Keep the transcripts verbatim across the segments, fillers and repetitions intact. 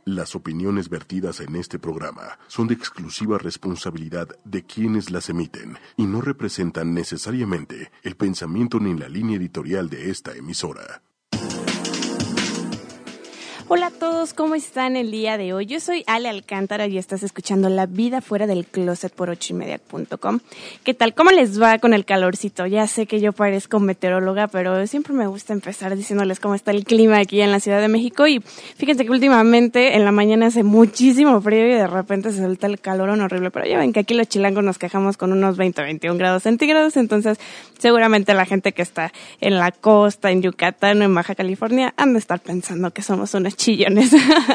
Las opiniones vertidas en este programa son de exclusiva responsabilidad de quienes las emiten y no representan necesariamente el pensamiento ni la línea editorial de esta emisora. Hola a todos, ¿cómo están el día de hoy? Yo soy Ale Alcántara y estás escuchando La Vida Fuera del Closet por ocho y media punto com. ¿Qué tal? ¿Cómo les va con el calorcito? Ya sé que yo parezco meteoróloga, pero siempre me gusta empezar diciéndoles cómo está el clima aquí en la Ciudad de México. Y fíjense que últimamente en la mañana hace muchísimo frío y de repente se suelta el calorón horrible. Pero ya ven que aquí los chilangos nos quejamos con unos veinte a veintiún grados centígrados, entonces seguramente la gente que está en la costa, en Yucatán o en Baja California han de estar pensando que somos unos chillones.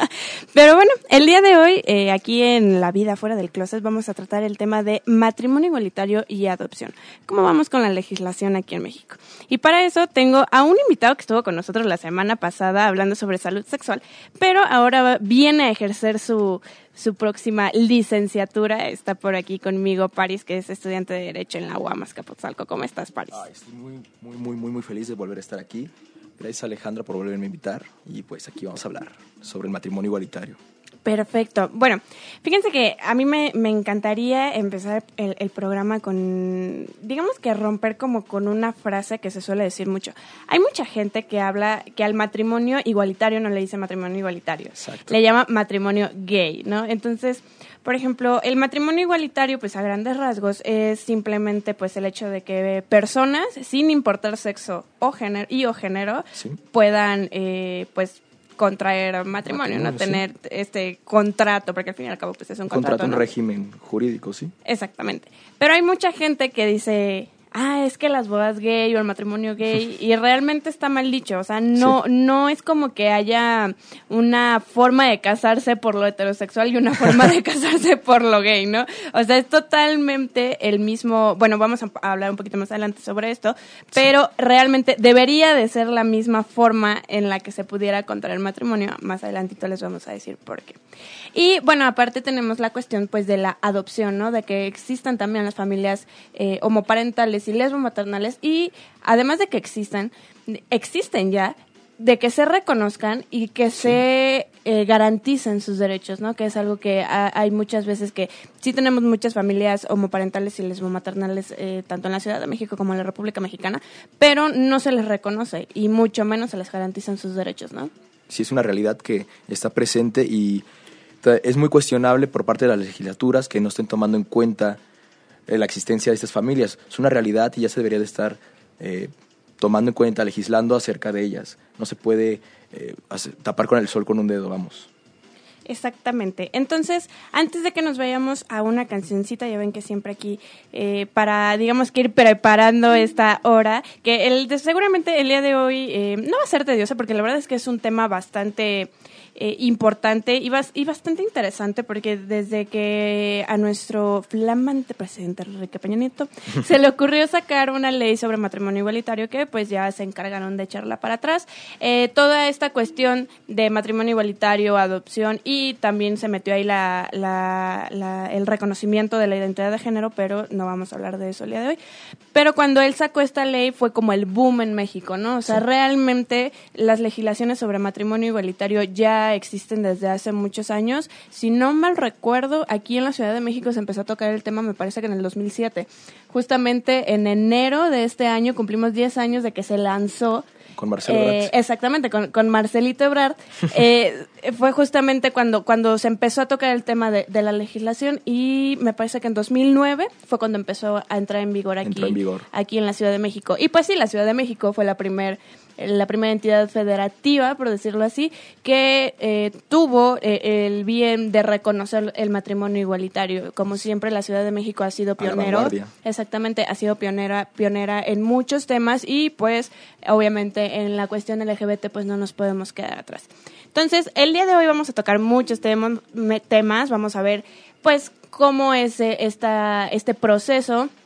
Pero bueno, el día de hoy, eh, aquí en La Vida Fuera del Closet, vamos a tratar el tema de matrimonio igualitario y adopción. ¿Cómo vamos con la legislación aquí en México? Y para eso tengo a un invitado que estuvo con nosotros la semana pasada hablando sobre salud sexual, pero ahora viene a ejercer su, su próxima licenciatura. Está por aquí conmigo Paris, que es estudiante de Derecho en la U A M Azcapotzalco. ¿Cómo estás, Paris? Ay, estoy muy, muy, muy, muy, muy feliz de volver a estar aquí. Gracias, Alejandra, por volverme a invitar. Y pues aquí vamos a hablar sobre el matrimonio igualitario. Perfecto. Bueno, fíjense que a mí me, me encantaría empezar el, el programa con, digamos que romper como con una frase que se suele decir mucho. Hay mucha gente que habla que al matrimonio igualitario no le dice matrimonio igualitario. Exacto. Le llama matrimonio gay, ¿no? Entonces, por ejemplo, el matrimonio igualitario, pues a grandes rasgos, es simplemente pues el hecho de que personas, sin importar sexo o género y o género, Sí. puedan, eh, pues, contraer matrimonio, Matrimonio, ¿no? Tener sí. este contrato, porque al fin y al cabo pues es un contrato, Contrato, un ¿no? régimen jurídico, ¿sí? Exactamente. Pero hay mucha gente que dice, ah, es que las bodas gay o el matrimonio gay, y realmente está mal dicho. O sea, no, Sí. no es como que haya una forma de casarse por lo heterosexual y una forma de casarse por lo gay, ¿no? O sea, es totalmente el mismo, bueno, vamos a hablar un poquito más adelante sobre esto, pero sí, realmente debería de ser la misma forma en la que se pudiera contraer matrimonio. Más adelantito les vamos a decir por qué. Y bueno, aparte tenemos la cuestión pues de la adopción, ¿no? De que existan también las familias eh, homoparentales y lesbomaternales, y además de que existan, existen ya, de que se reconozcan y que sí. se eh, garanticen sus derechos, ¿no? Que es algo que ha, hay muchas veces que sí tenemos muchas familias homoparentales y lesbomaternales, eh, tanto en la Ciudad de México como en la República Mexicana, pero no se les reconoce y mucho menos se les garantizan sus derechos, ¿no? Sí, es una realidad que está presente y es muy cuestionable por parte de las legislaturas que no estén tomando en cuenta la existencia de estas familias. Es una realidad y ya se debería de estar eh, tomando en cuenta, legislando acerca de ellas. No se puede eh, hacer, tapar con el sol con un dedo, vamos. Exactamente. Entonces, antes de que nos vayamos a una cancioncita, ya ven que siempre aquí, eh, para, digamos que ir preparando esta hora, que el de, seguramente el día de hoy eh, no va a ser tedioso, porque la verdad es que es un tema bastante eh, importante y, bas- y bastante interesante, porque desde que a nuestro flamante presidente Enrique Peña Nieto se le ocurrió sacar una ley sobre matrimonio igualitario, que pues ya se encargaron de echarla para atrás, eh, toda esta cuestión de matrimonio igualitario, adopción, y también se metió ahí la, la, la, el reconocimiento de la identidad de género, pero no vamos a hablar de eso el día de hoy. Pero cuando él sacó esta ley fue como el boom en México, ¿no? O sea, sí, realmente las legislaciones sobre matrimonio igualitario ya existen desde hace muchos años. Si no mal recuerdo, aquí en la Ciudad de México se empezó a tocar el tema, me parece que en el dos mil siete. Justamente en enero de este año cumplimos diez años de que se lanzó. Con Marcelo eh, Ebrard. Exactamente, con, con Marcelito Ebrard. eh, fue justamente cuando, cuando se empezó a tocar el tema de, de la legislación, y me parece que en dos mil nueve fue cuando empezó a entrar en vigor aquí, Entró en vigor. aquí en la Ciudad de México. Y pues sí, la Ciudad de México fue la primer la primera entidad federativa, por decirlo así, que eh, tuvo eh, el bien de reconocer el matrimonio igualitario. Como siempre, la Ciudad de México ha sido pionero. Exactamente, ha sido pionera, pionera en muchos temas, y pues obviamente en la cuestión L G B T pues no nos podemos quedar atrás. Entonces, el día de hoy vamos a tocar muchos temas, temas. Vamos a ver pues cómo es esta, este proceso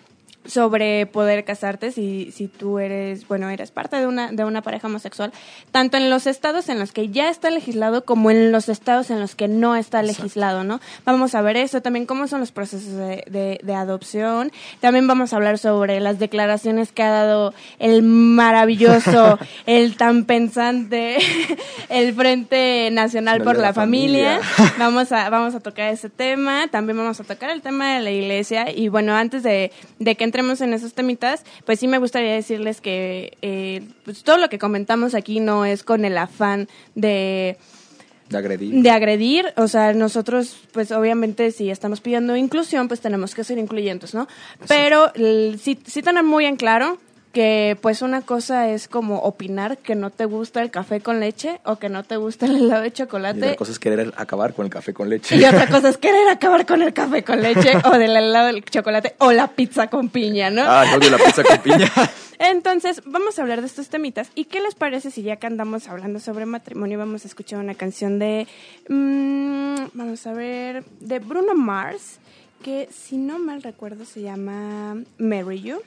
sobre poder casarte si, si tú eres, bueno, eres parte de una, de una pareja homosexual, tanto en los estados en los que ya está legislado como en los estados en los que no está legislado, ¿no? Vamos a ver eso, también cómo son los procesos de, de, de adopción, también vamos a hablar sobre las declaraciones que ha dado el maravilloso, el tan pensante, el Frente Nacional por la, la Familia, familia. vamos a, vamos a tocar ese tema, también vamos a tocar el tema de la iglesia, y bueno, antes de, de que entre entremos en esos temitas, pues sí me gustaría decirles que eh, pues todo lo que comentamos aquí no es con el afán de... De agredir. De agredir, o sea, nosotros, pues obviamente si estamos pidiendo inclusión, pues tenemos que ser incluyentes, ¿no? Exacto. Pero l- sí, sí tener muy en claro que pues una cosa es como opinar que no te gusta el café con leche o que no te gusta el helado de chocolate. Y otra cosa es querer acabar con el café con leche. Y otra cosa es querer acabar con el café con leche o del helado de chocolate o la pizza con piña, ¿no? Ah, no, de la pizza con piña. Entonces, vamos a hablar de estos temitas. ¿Y qué les parece si ya que andamos hablando sobre matrimonio, vamos a escuchar una canción de, mmm, vamos a ver, de Bruno Mars, que si no mal recuerdo se llama Marry You.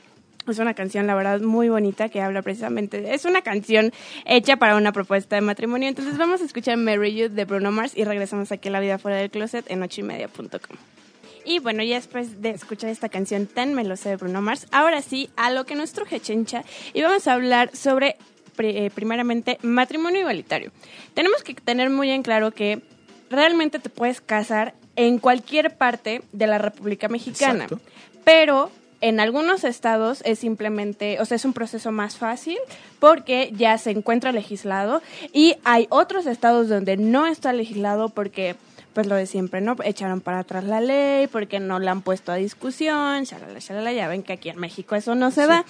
Es una canción, la verdad, muy bonita que habla precisamente, es una canción hecha para una propuesta de matrimonio. Entonces vamos a escuchar Marry You de Bruno Mars y regresamos aquí a La Vida Fuera del Closet en ocho y media punto com. Y bueno, ya después de escuchar esta canción tan melosa de Bruno Mars, ahora sí, a lo que nos truje Chencha, y vamos a hablar sobre, eh, primeramente, matrimonio igualitario. Tenemos que tener muy en claro que realmente te puedes casar en cualquier parte de la República Mexicana. Exacto. Pero en algunos estados es simplemente, o sea, es un proceso más fácil porque ya se encuentra legislado, y hay otros estados donde no está legislado porque, pues lo de siempre, ¿no? Echaron para atrás la ley porque no la han puesto a discusión, shalala, shalala, ya ven que aquí en México eso no se sí. da.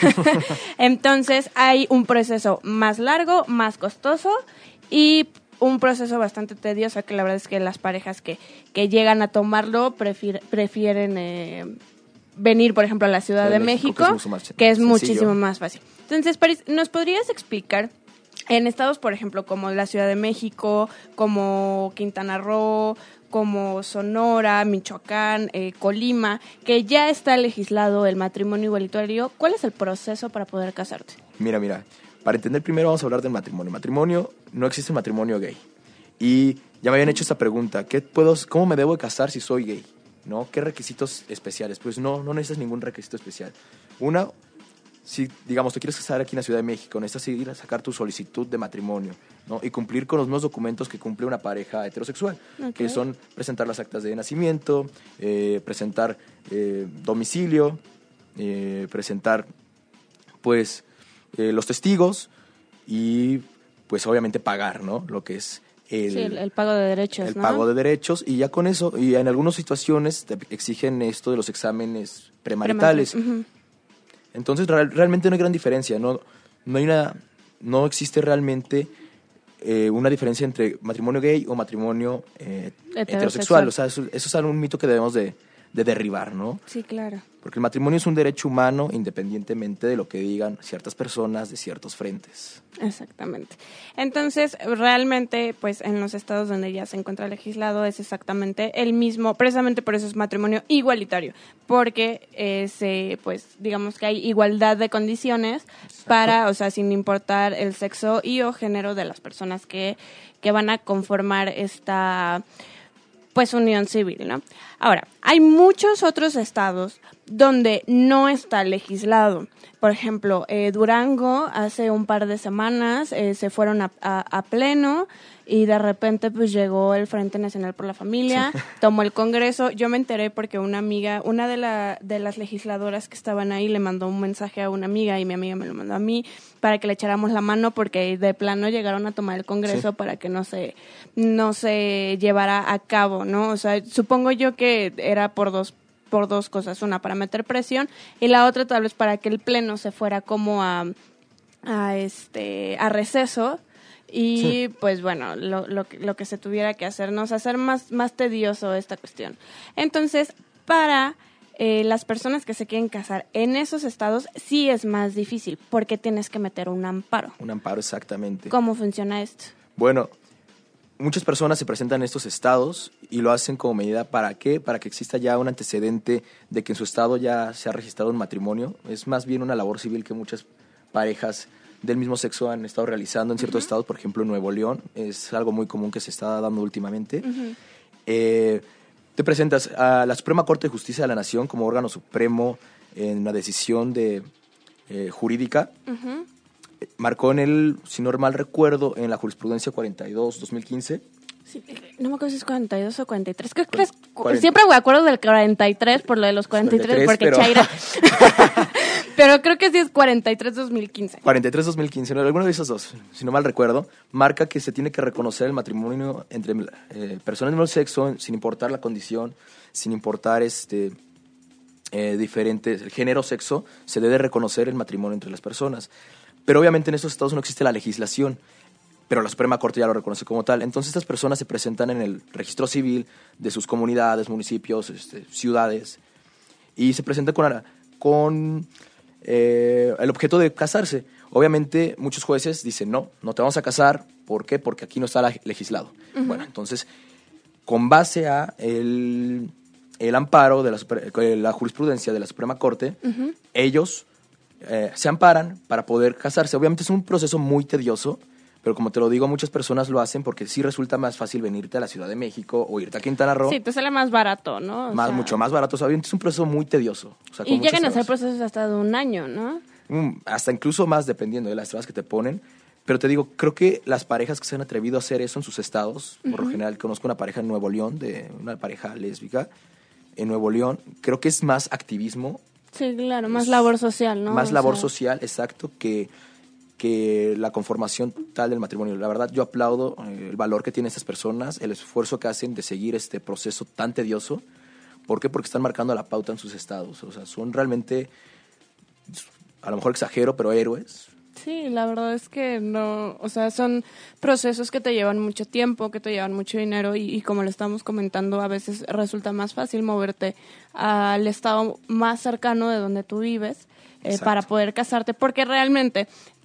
Entonces hay un proceso más largo, más costoso y un proceso bastante tedioso, que la verdad es que las parejas que, que llegan a tomarlo prefier, prefieren... Eh, venir, por ejemplo, a la Ciudad de, de México, México, que es, más, que es muchísimo más fácil. Entonces, Paris, ¿nos podrías explicar en estados, por ejemplo, como la Ciudad de México, como Quintana Roo, como Sonora, Michoacán, eh, Colima, que ya está legislado el matrimonio igualitario, cuál es el proceso para poder casarte? Mira, mira, para entender primero vamos a hablar del matrimonio. Matrimonio, no existe matrimonio gay. Y ya me habían hecho esta pregunta, ¿qué puedo, ¿cómo me debo casar si soy gay? ¿No? ¿Qué requisitos especiales? Pues no, no necesitas ningún requisito especial. Una, si, digamos, te quieres casar aquí en la Ciudad de México, necesitas ir a sacar tu solicitud de matrimonio, ¿no? Y cumplir con los mismos documentos que cumple una pareja heterosexual, okay. que son presentar las actas de nacimiento, eh, presentar eh, domicilio, eh, presentar, pues, eh, los testigos y, pues, obviamente pagar, ¿no? Lo que es El, sí, el, el pago de derechos, El ¿no? pago de derechos, y ya con eso, y en algunas situaciones te exigen esto de los exámenes premaritales. Uh-huh. Entonces, real, realmente no hay gran diferencia, no, no, hay una, no existe realmente eh, una diferencia entre matrimonio gay o matrimonio eh, heterosexual. heterosexual. O sea, eso, eso es un mito que debemos de, de derribar, ¿no? Sí, claro. Porque el matrimonio es un derecho humano independientemente de lo que digan ciertas personas de ciertos frentes. Exactamente. Entonces, realmente, pues en los estados donde ya se encuentra legislado es exactamente el mismo, precisamente por eso es matrimonio igualitario, porque eh, se, pues, digamos que hay igualdad de condiciones. Exacto. Para, o sea, sin importar el sexo y o género de las personas que, que van a conformar esta, pues, unión civil, ¿no? Ahora, hay muchos otros estados donde no está legislado. Por ejemplo, eh, Durango hace un par de semanas eh, se fueron a, a, a pleno y de repente pues llegó el Frente Nacional por la Familia, sí. tomó el Congreso. Yo me enteré porque una amiga, una de, la, de las legisladoras que estaban ahí le mandó un mensaje a una amiga y mi amiga me lo mandó a mí para que le echáramos la mano porque de plano llegaron a tomar el Congreso sí. para que no se, no se llevara a cabo, ¿no? O sea, supongo yo que era por dos por dos cosas, una para meter presión y la otra tal vez para que el pleno se fuera como a, a este a receso y sí. pues bueno, lo, lo, lo que se tuviera que hacer, ¿no? O sea, hacer más, más tedioso esta cuestión. Entonces, para eh, las personas que se quieren casar en esos estados sí es más difícil porque tienes que meter un amparo. Un amparo, exactamente. ¿Cómo funciona esto? Bueno, muchas personas se presentan en estos estados y lo hacen como medida, ¿para qué? Para que exista ya un antecedente de que en su estado ya se ha registrado un matrimonio. Es más bien una labor civil que muchas parejas del mismo sexo han estado realizando en ciertos uh-huh. estados. Por ejemplo, en Nuevo León es algo muy común que se está dando últimamente. Uh-huh. Eh, te presentas a la Suprema Corte de Justicia de la Nación como órgano supremo en una decisión de, eh, jurídica. Uh-huh. Marcó en el, si no mal recuerdo, en la jurisprudencia cuarenta y dos, dos mil quince. Sí, no me acuerdo si es cuarenta y dos o cuarenta y tres. Creo que es, siempre me acuerdo del cuarenta y tres por lo de los cuarenta y tres, porque pero... Chaira. Pero creo que sí es cuarenta y tres dos mil quince. cuarenta y tres dos mil quince, no, alguno de esos dos, si no mal recuerdo, marca que se tiene que reconocer el matrimonio entre eh, personas del mismo sexo, sin importar la condición, sin importar este eh, diferentes, el género, sexo, se debe reconocer el matrimonio entre las personas. Pero obviamente en estos estados no existe la legislación, pero la Suprema Corte ya lo reconoce como tal. Entonces estas personas se presentan en el registro civil de sus comunidades, municipios, este, ciudades, y se presentan con, con eh, el objeto de casarse. Obviamente muchos jueces dicen, no, no te vamos a casar. ¿Por qué? Porque aquí no está legislado. Uh-huh. Bueno, entonces, con base a el, el amparo de la, la jurisprudencia de la Suprema Corte, uh-huh. ellos... Eh, se amparan para poder casarse. Obviamente es un proceso muy tedioso, pero como te lo digo, muchas personas lo hacen porque sí resulta más fácil venirte a la Ciudad de México o irte a Quintana Roo. Sí, te sale más barato, ¿no? O más, sea... Mucho más barato. O sea, obviamente es un proceso muy tedioso. O sea, y llegan a ser procesos hasta de un año, ¿no? Mm, hasta incluso más, dependiendo de las trabas que te ponen. Pero te digo, creo que las parejas que se han atrevido a hacer eso en sus estados, uh-huh. por lo general conozco una pareja en Nuevo León, de una pareja lésbica en Nuevo León, creo que es más activismo. Sí, claro, más labor social, ¿no? Más o labor sea... social, exacto, que, que la conformación tal del matrimonio. La verdad, yo aplaudo eh, el valor que tienen estas personas, el esfuerzo que hacen de seguir este proceso tan tedioso. ¿Por qué? Porque están marcando la pauta en sus estados. O sea, son realmente, a lo mejor exagero, pero héroes. Sí, la verdad es que no, o sea, son procesos que te llevan mucho tiempo, que te llevan mucho dinero y, y como lo estamos comentando, a veces resulta más fácil moverte al estado más cercano de donde tú vives eh, para poder casarte, porque realmente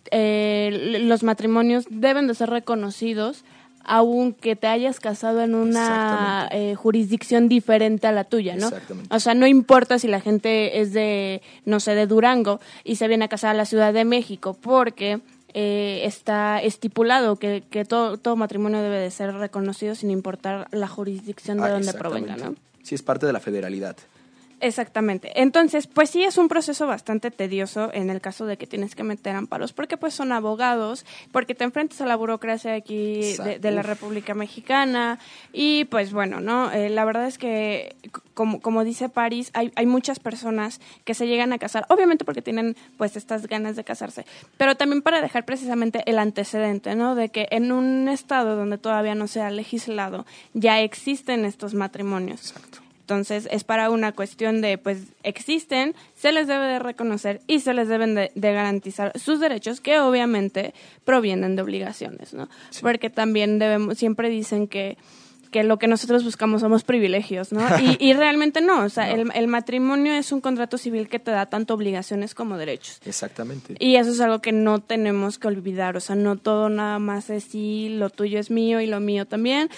eh, los matrimonios deben de ser reconocidos aunque te hayas casado en una eh, jurisdicción diferente a la tuya, ¿no? O sea, no importa si la gente es de, no sé, de Durango y se viene a casar a la Ciudad de México, porque eh, está estipulado que, que todo, todo matrimonio debe de ser reconocido sin importar la jurisdicción de ah, donde provenga, ¿no? Sí, es parte de la federalidad. Exactamente. Entonces, pues sí es un proceso bastante tedioso en el caso de que tienes que meter amparos, porque pues son abogados, porque te enfrentas a la burocracia aquí de, de la República Mexicana y pues bueno, ¿no? Eh, la verdad es que, como, como dice Paris, hay, hay muchas personas que se llegan a casar, obviamente porque tienen pues estas ganas de casarse, pero también para dejar precisamente el antecedente, ¿no? De que en un estado donde todavía no se ha legislado ya existen estos matrimonios. Exacto. Entonces, es para una cuestión de, pues, existen, se les debe de reconocer y se les deben de, de garantizar sus derechos, que obviamente provienen de obligaciones, ¿no? Sí. Porque también debemos, siempre dicen que, que lo que nosotros buscamos somos privilegios, ¿no? Y, y realmente no, o sea, no. El, el matrimonio es un contrato civil que te da tanto obligaciones como derechos. Exactamente. Y eso es algo que no tenemos que olvidar, o sea, no todo nada más es sí, lo tuyo es mío y lo mío también.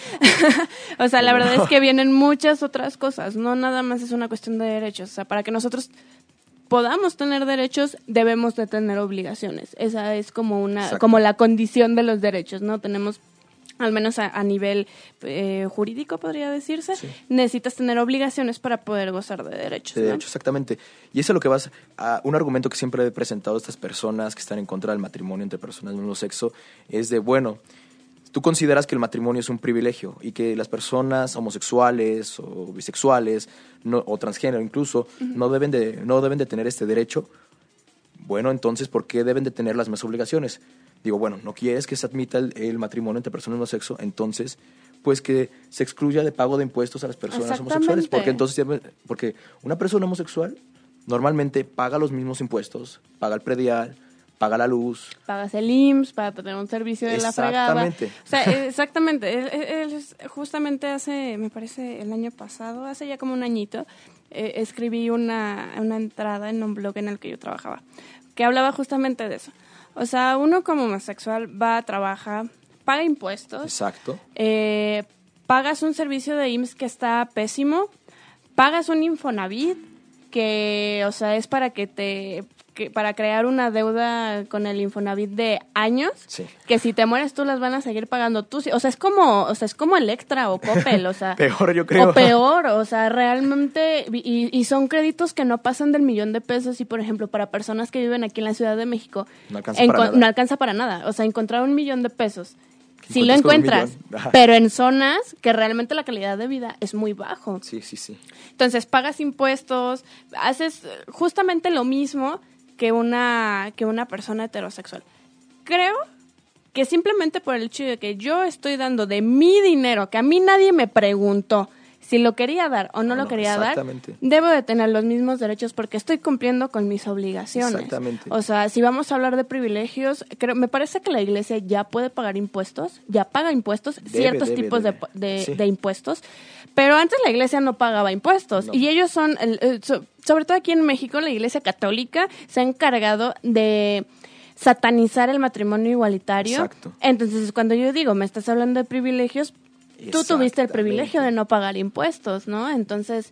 O sea, la verdad es que vienen muchas otras cosas, no nada más es una cuestión de derechos, o sea, para que nosotros podamos tener derechos, debemos de tener obligaciones. Esa es como una, Exacto. como la condición de los derechos, ¿no? Tenemos al menos a, a nivel eh, jurídico, podría decirse, sí. Necesitas tener obligaciones para poder gozar de derechos. De derechos, ¿no? Exactamente. Y eso es lo que vas a... Un argumento que siempre he presentado a estas personas que están en contra del matrimonio entre personas del mismo sexo es de, bueno, tú consideras que el matrimonio es un privilegio y que las personas homosexuales o bisexuales no, o transgénero incluso uh-huh. no, deben de, no deben de tener este derecho. Bueno, entonces, ¿por qué deben de tener las mismas obligaciones? Digo, bueno, no quieres que se admita el, el matrimonio entre personas del mismo sexo, entonces, pues que se excluya de pago de impuestos a las personas homosexuales. Porque entonces, porque una persona homosexual normalmente paga los mismos impuestos, paga el predial, paga la luz. Pagas el I M S S para tener un servicio de la fregada. Exactamente. O sea, exactamente. Es, es, justamente hace, me parece, el año pasado, hace ya como un añito, eh, escribí una, una entrada en un blog en el que yo trabajaba, que hablaba justamente de eso. O sea, uno como homosexual va, trabaja, paga impuestos. Exacto. Eh, pagas un servicio de I M S S que está pésimo. Pagas un Infonavit que, o sea, es para que te... Que para crear una deuda con el Infonavit de años, sí. que si te mueres tú las van a seguir pagando tú. O sea, es como, o sea, es como Electra o Coppel, o sea, peor yo creo. O peor, o sea, realmente y, y son créditos que no pasan del millón de pesos y por ejemplo, para personas que viven aquí en la Ciudad de México, no alcanza, para nada. no alcanza para nada, o sea, encontrar un millón de pesos. Sí lo encuentras, pero en zonas que realmente la calidad de vida es muy bajo. Sí, sí, sí. Entonces, pagas impuestos, haces justamente lo mismo que una que una persona heterosexual. Creo que simplemente por el hecho de que yo estoy dando de mi dinero, que a mí nadie me preguntó si lo quería dar o no, no lo quería dar, debo de tener los mismos derechos porque estoy cumpliendo con mis obligaciones. Exactamente. O sea, si vamos a hablar de privilegios, creo, me parece que la iglesia ya puede pagar impuestos, ya paga impuestos, debe, ciertos debe, tipos debe. De, de, sí. de impuestos, pero antes la iglesia no pagaba impuestos no. y ellos son, el, el, so, sobre todo aquí en México, la iglesia católica se ha encargado de satanizar el matrimonio igualitario. Exacto. Entonces, cuando yo digo, me estás hablando de privilegios, tú tuviste el privilegio de no pagar impuestos, ¿no? Entonces...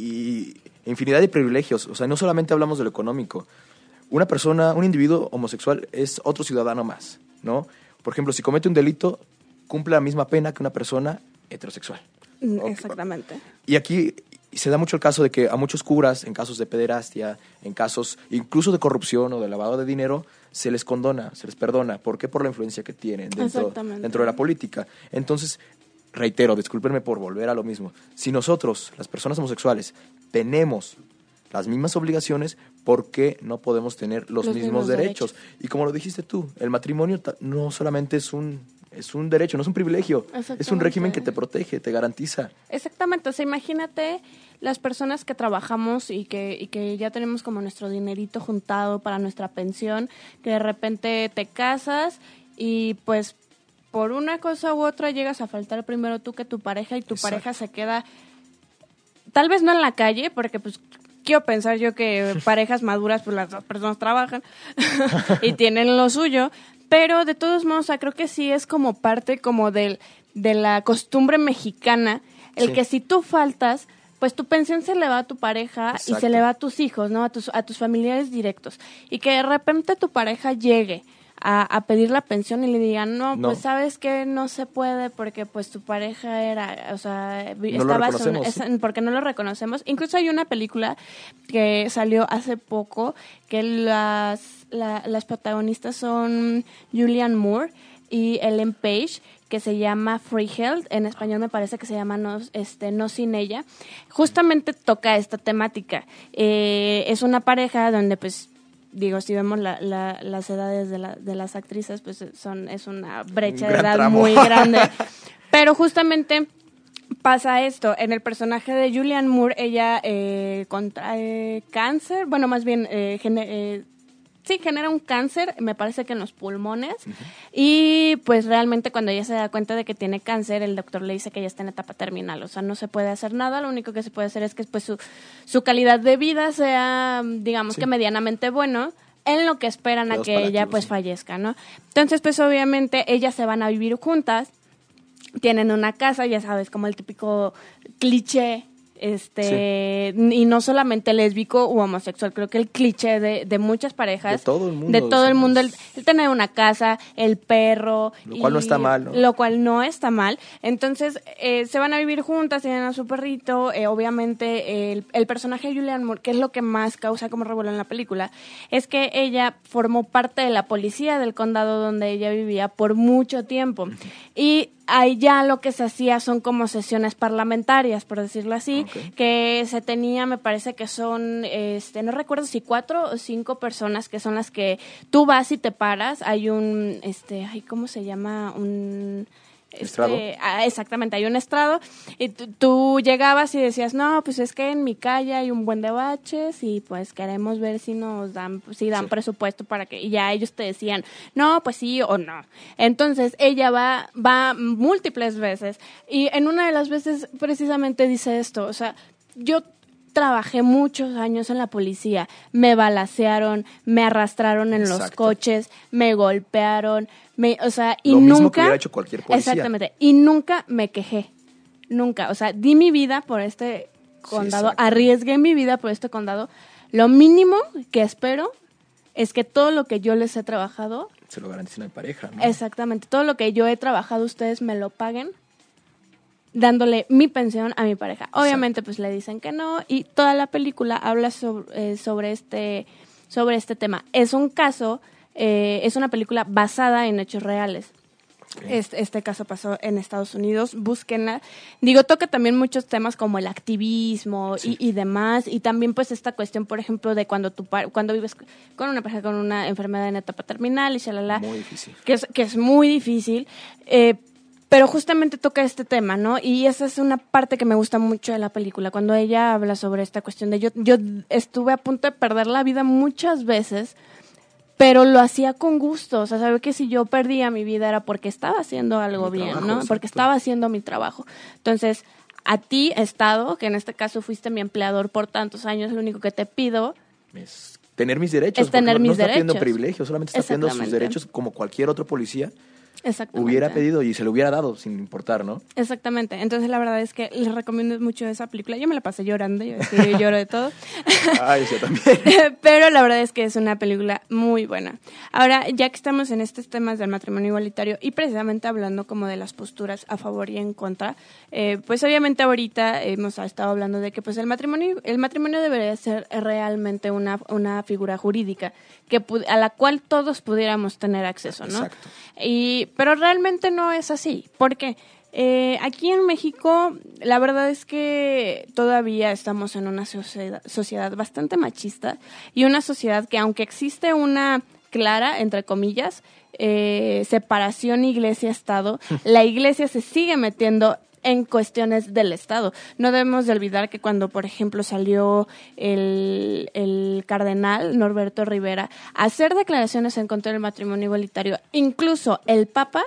Y infinidad de privilegios. O sea, no solamente hablamos de lo económico. Una persona, un individuo homosexual es otro ciudadano más, ¿no? Por ejemplo, si comete un delito, cumple la misma pena que una persona heterosexual. Exactamente. Y aquí se da mucho el caso de que a muchos curas, en casos de pederastia, en casos incluso de corrupción o de lavado de dinero, se les condona, se les perdona. ¿Por qué? Por la influencia que tienen dentro, dentro de la política. Entonces... Reitero, discúlpenme por volver a lo mismo. Si nosotros, las personas homosexuales, tenemos las mismas obligaciones, ¿por qué no podemos tener los, los mismos, mismos derechos? derechos? Y como lo dijiste tú, el matrimonio no solamente es un, es un derecho, no es un privilegio, es un régimen que te protege, te garantiza. Exactamente, o sea, imagínate las personas que trabajamos y que, y que ya tenemos como nuestro dinerito juntado para nuestra pensión, que de repente te casas y pues... por una cosa u otra llegas a faltar primero tú que tu pareja y tu Exacto. pareja se queda, tal vez no en la calle, porque pues quiero pensar yo que parejas maduras pues las dos personas trabajan y tienen lo suyo, pero de todos modos, o sea, creo que sí es como parte como del, de la costumbre mexicana, el sí. que si tú faltas, pues tu pensión se le va a tu pareja Exacto. y se le va a tus hijos, ¿no? A tus, a tus familiares directos, y que de repente tu pareja llegue A, a pedir la pensión y le digan, no, no, pues sabes que no se puede porque pues tu pareja era, o sea, no estaba son, es, porque no lo reconocemos. Incluso hay una película que salió hace poco que las, la, las protagonistas son Julianne Moore y Ellen Page, que se llama Freeheld, en español me parece que se llama No, este, no Sin Ella. Justamente toca esta temática. Eh, es una pareja donde pues digo, si vemos la, la, las edades de, la, de las actrices, pues son es una brecha de edad tramo. muy grande. Pero justamente pasa esto. En el personaje de Julianne Moore, ella eh, contrae cáncer, bueno, más bien, eh, gener, eh, sí, genera un cáncer, me parece que en los pulmones. Uh-huh. Y pues realmente cuando ella se da cuenta de que tiene cáncer, el doctor le dice que ella está en etapa terminal. O sea, no se puede hacer nada, lo único que se puede hacer es que pues su, su calidad de vida sea, digamos sí. que medianamente bueno, en lo que esperan Quedos a que ella pues sí. fallezca, ¿no? Entonces pues obviamente ellas se van a vivir juntas, tienen una casa, ya sabes, como el típico cliché, este sí. y no solamente lésbico u homosexual, creo que el cliché de, de muchas parejas, de todo el mundo, de todo el, mundo el, el tener una casa, el perro, lo cual no está mal, ¿no? Lo cual no está mal. Entonces eh, se van a vivir juntas, tienen a su perrito, eh, obviamente el, el personaje de Julianne Moore, que es lo que más causa como revuelo en la película, es que ella formó parte de la policía del condado donde ella vivía por mucho tiempo. Uh-huh. Y ahí ya lo que se hacía son como sesiones parlamentarias, por decirlo así, okay. que se tenía, me parece que son, este, no recuerdo si cuatro o cinco personas que son las que tú vas y te paras. Hay un, este, ay, ¿cómo se llama? Un... ¿Estrado? Este, ah, exactamente, hay un estrado y t- tú llegabas y decías, no, pues es que en mi calle hay un buen de baches y pues queremos ver si nos dan, si dan sí. presupuesto para que, y ya ellos te decían, no, pues sí o no. Entonces ella va, va múltiples veces y en una de las veces precisamente dice esto, o sea, yo trabajé muchos años en la policía. Me balacearon, me arrastraron en Exacto. los coches, me golpearon, me, o sea, y Lo nunca... mismo que hubiera hecho cualquier policía. Exactamente, y nunca me quejé, nunca. O sea, di mi vida por este condado, Sí, arriesgué mi vida por este condado. Lo mínimo que espero es que todo lo que yo les he trabajado... Se lo garantiza mi pareja, ¿no? Exactamente, todo lo que yo he trabajado, ustedes me lo paguen, dándole mi pensión a mi pareja. Obviamente, pues le dicen que no, y toda la película habla sobre, eh, sobre este sobre este tema. Es un caso, eh, es una película basada en hechos reales. Okay. Este, este caso pasó en Estados Unidos, búsquenla. Digo, toca también muchos temas como el activismo Sí. y, y demás, y también pues esta cuestión, por ejemplo, de cuando tu par- cuando vives con una persona con una enfermedad en etapa terminal y shalala, Muy difícil. que es, que es muy difícil, eh, pero justamente toca este tema, ¿no? Y esa es una parte que me gusta mucho de la película, cuando ella habla sobre esta cuestión de yo, yo estuve a punto de perder la vida muchas veces, pero lo hacía con gusto. O sea, sabía que si yo perdía mi vida era porque estaba haciendo algo Mi bien, trabajo, ¿no? exacto. Porque estaba haciendo mi trabajo. Entonces, a ti, Estado, que en este caso fuiste mi empleador por tantos años, lo único que te pido Es tener mis derechos. Es tener porque no, mis no está pidiendo derechos. privilegios, solamente está pidiendo sus Exactamente. derechos como cualquier otro policía exactamente. hubiera pedido y se lo hubiera dado sin importar, ¿no? Exactamente. Entonces, la verdad es que les recomiendo mucho esa película. Yo me la pasé llorando, yo, es que yo lloro de todo. Ay, yo también. Pero la verdad es que es una película muy buena. Ahora, ya que estamos en estos temas del matrimonio igualitario y precisamente hablando como de las posturas a favor y en contra, eh, pues obviamente ahorita hemos estado hablando de que pues el matrimonio el matrimonio debería ser realmente una, una figura jurídica que pu- a la cual todos pudiéramos tener acceso, ¿no? Exacto. Y, pero realmente no es así. ¿Por qué? Eh, aquí en México, la verdad es que todavía estamos en una sociedad, sociedad bastante machista y una sociedad que, aunque existe una clara, entre comillas, eh, separación iglesia-estado, la iglesia se sigue metiendo en cuestiones del Estado. No debemos de olvidar que cuando, por ejemplo, salió el, el cardenal Norberto Rivera a hacer declaraciones en contra del matrimonio igualitario, incluso el Papa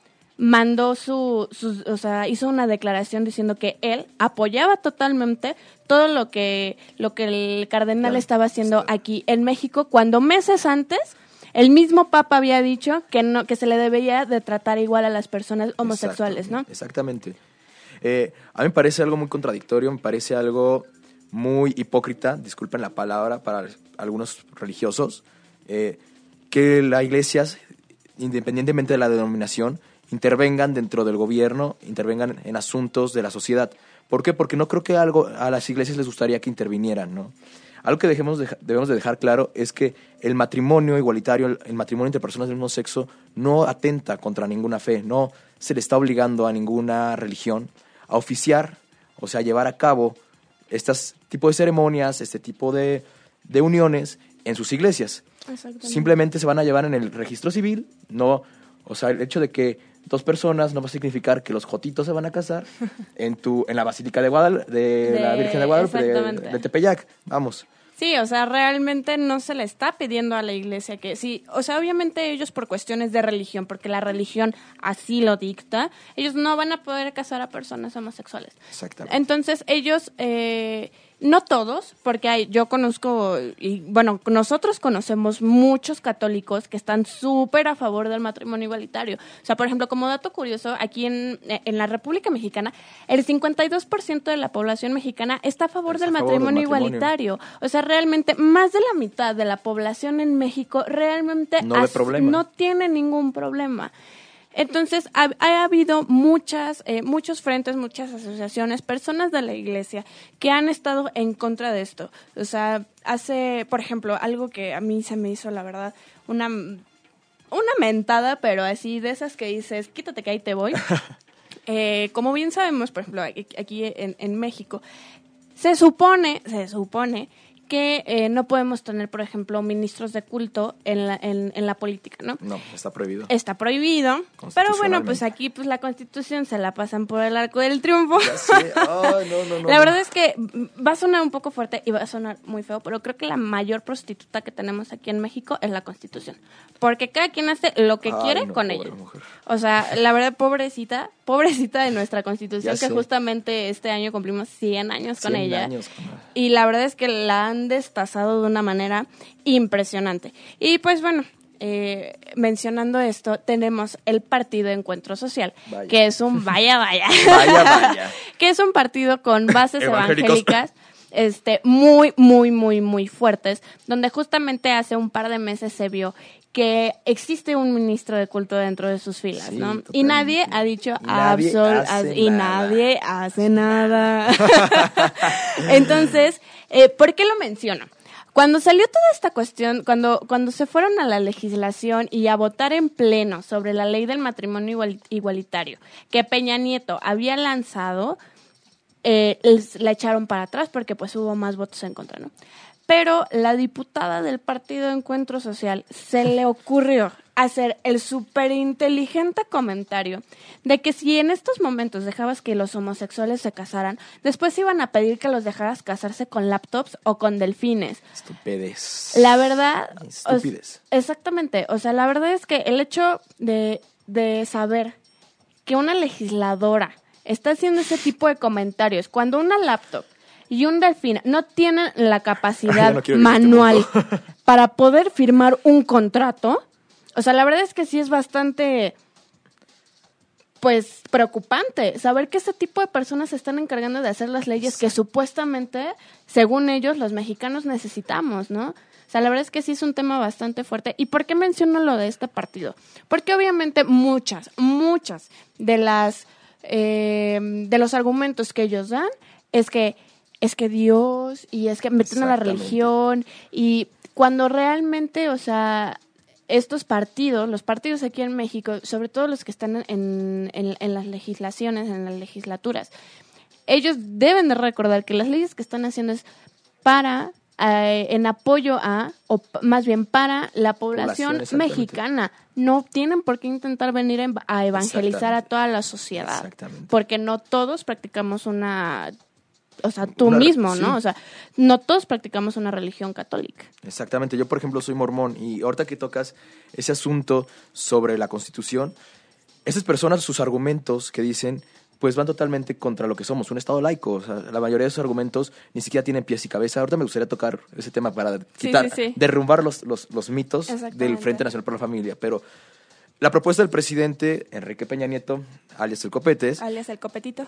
mandó su, su, o sea, hizo una declaración diciendo que él apoyaba totalmente todo lo que, lo que el cardenal Claro, estaba haciendo está. aquí en México, cuando meses antes el mismo Papa había dicho que no, que se le debía de tratar igual a las personas homosexuales, Exacto, ¿no? Exactamente. Eh, a mí me parece algo muy contradictorio, me parece algo muy hipócrita, disculpen la palabra, para algunos religiosos, eh, que las iglesias, independientemente de la denominación, intervengan dentro del gobierno, intervengan en asuntos de la sociedad. ¿Por qué? Porque no creo que algo a las iglesias les gustaría que intervinieran, ¿no? Algo que dejemos de, debemos de dejar claro es que el matrimonio igualitario, el, el matrimonio entre personas del mismo sexo, no atenta contra ninguna fe, no se le está obligando a ninguna religión a oficiar, o sea, a llevar a cabo estos tipos de ceremonias, este tipo de, de uniones en sus iglesias. Exactamente. Simplemente se van a llevar en el registro civil, no, o sea, el hecho de que dos personas no va a significar que los jotitos se van a casar en tu en la Basílica de Guadalupe, de, De- la Virgen de Guadalupe, de, exactamente. de Tepeyac, vamos. Sí, o sea, realmente no se le está pidiendo a la iglesia que sí, o sea, obviamente ellos por cuestiones de religión, porque la religión así lo dicta, ellos no van a poder casar a personas homosexuales. Exactamente. Entonces ellos, eh, no todos, porque hay, yo conozco, y bueno, nosotros conocemos muchos católicos que están súper a favor del matrimonio igualitario. O sea, por ejemplo, como dato curioso, aquí en, en la República Mexicana, el cincuenta y dos por ciento de la población mexicana está a favor, Está del, a favor del matrimonio matrimonio. igualitario. O sea, realmente, más de la mitad de la población en México realmente No ve as- problema. no tiene ningún problema. Entonces, ha, ha habido muchas, eh, muchos frentes, muchas asociaciones, personas de la iglesia que han estado en contra de esto. O sea, hace, por ejemplo, algo que a mí se me hizo, la verdad, una, una mentada, pero así de esas que dices, quítate que ahí te voy. Eh, como bien sabemos, por ejemplo, aquí aquí en, en México, se supone, se supone que eh, no podemos tener, por ejemplo, ministros de culto en la, en, en la política, ¿no? No, está prohibido. Está prohibido, pero bueno, pues aquí pues la Constitución se la pasan por el arco del triunfo. Ya sé. Ay, no, no, no, La no. verdad es que va a sonar un poco fuerte y va a sonar muy feo, pero creo que la mayor prostituta que tenemos aquí en México es la Constitución. Porque cada quien hace lo que Ay, quiere no, con pobre ella. mujer. O sea, la verdad, pobrecita, pobrecita de nuestra Constitución, Ya que sé. justamente este año cumplimos cien años con cien ella. años con- Y la verdad es que la han destazado de una manera impresionante. Y pues bueno, eh, mencionando esto, tenemos el Partido Encuentro Social, Vaya. que es un vaya, vaya. Vaya, vaya. que es un partido con bases Evangélicos. evangélicas este, muy, muy, muy, muy fuertes, donde justamente hace un par de meses se vio que existe un ministro de culto dentro de sus filas, Sí, ¿no? totalmente. Y nadie ha dicho Y nadie absol- hace y nada. nadie hace nada. Entonces, eh, ¿por qué lo menciono? Cuando salió toda esta cuestión, cuando, cuando se fueron a la legislación y a votar en pleno sobre la ley del matrimonio igual- igualitario que Peña Nieto había lanzado, eh, les- la echaron para atrás porque pues hubo más votos en contra, ¿no? Pero la diputada del Partido Encuentro Social se le ocurrió hacer el súper inteligente comentario de que si en estos momentos dejabas que los homosexuales se casaran, después iban a pedir que los dejaras casarse con laptops o con delfines. Estupidez. La verdad... Estupidez. os- exactamente. O sea, la verdad es que el hecho de, de saber que una legisladora está haciendo ese tipo de comentarios cuando una laptop y un delfín no tienen la capacidad Ya no quiero vivir en este manual mundo. para poder firmar un contrato, o sea, la verdad es que sí es bastante, pues, preocupante saber que ese tipo de personas se están encargando de hacer las leyes que supuestamente, según ellos, los mexicanos necesitamos, ¿no? O sea, la verdad es que sí es un tema bastante fuerte. ¿Y por qué menciono lo de este partido? Porque obviamente muchas, muchas de las eh, de los argumentos que ellos dan es que es que Dios y es que meten a la Exactamente. religión y cuando realmente, o sea, estos partidos, los partidos aquí en México, sobre todo los que están en, en, en las legislaciones, en las legislaturas, ellos deben de recordar que las leyes que están haciendo es para, eh, en apoyo a, o p- más bien para la población, Población, exactamente. mexicana. No tienen por qué intentar venir a ev- a evangelizar a Exactamente. toda la sociedad. Exactamente. Porque no todos practicamos una... O sea, tú Una re- mismo, ¿no? sí. O sea, no todos practicamos una religión católica. Exactamente. Yo, por ejemplo, soy mormón y ahorita que tocas ese asunto sobre la Constitución, esas personas, sus argumentos que dicen, pues van totalmente contra lo que somos, un Estado laico. O sea, la mayoría de sus argumentos ni siquiera tienen pies y cabeza. Ahorita me gustaría tocar ese tema para quitar, sí, sí. derrumbar los, los, los mitos del Exactamente. Frente Nacional por la Familia. Pero la propuesta del presidente Enrique Peña Nieto, alias el Copetes, Alias el copetito.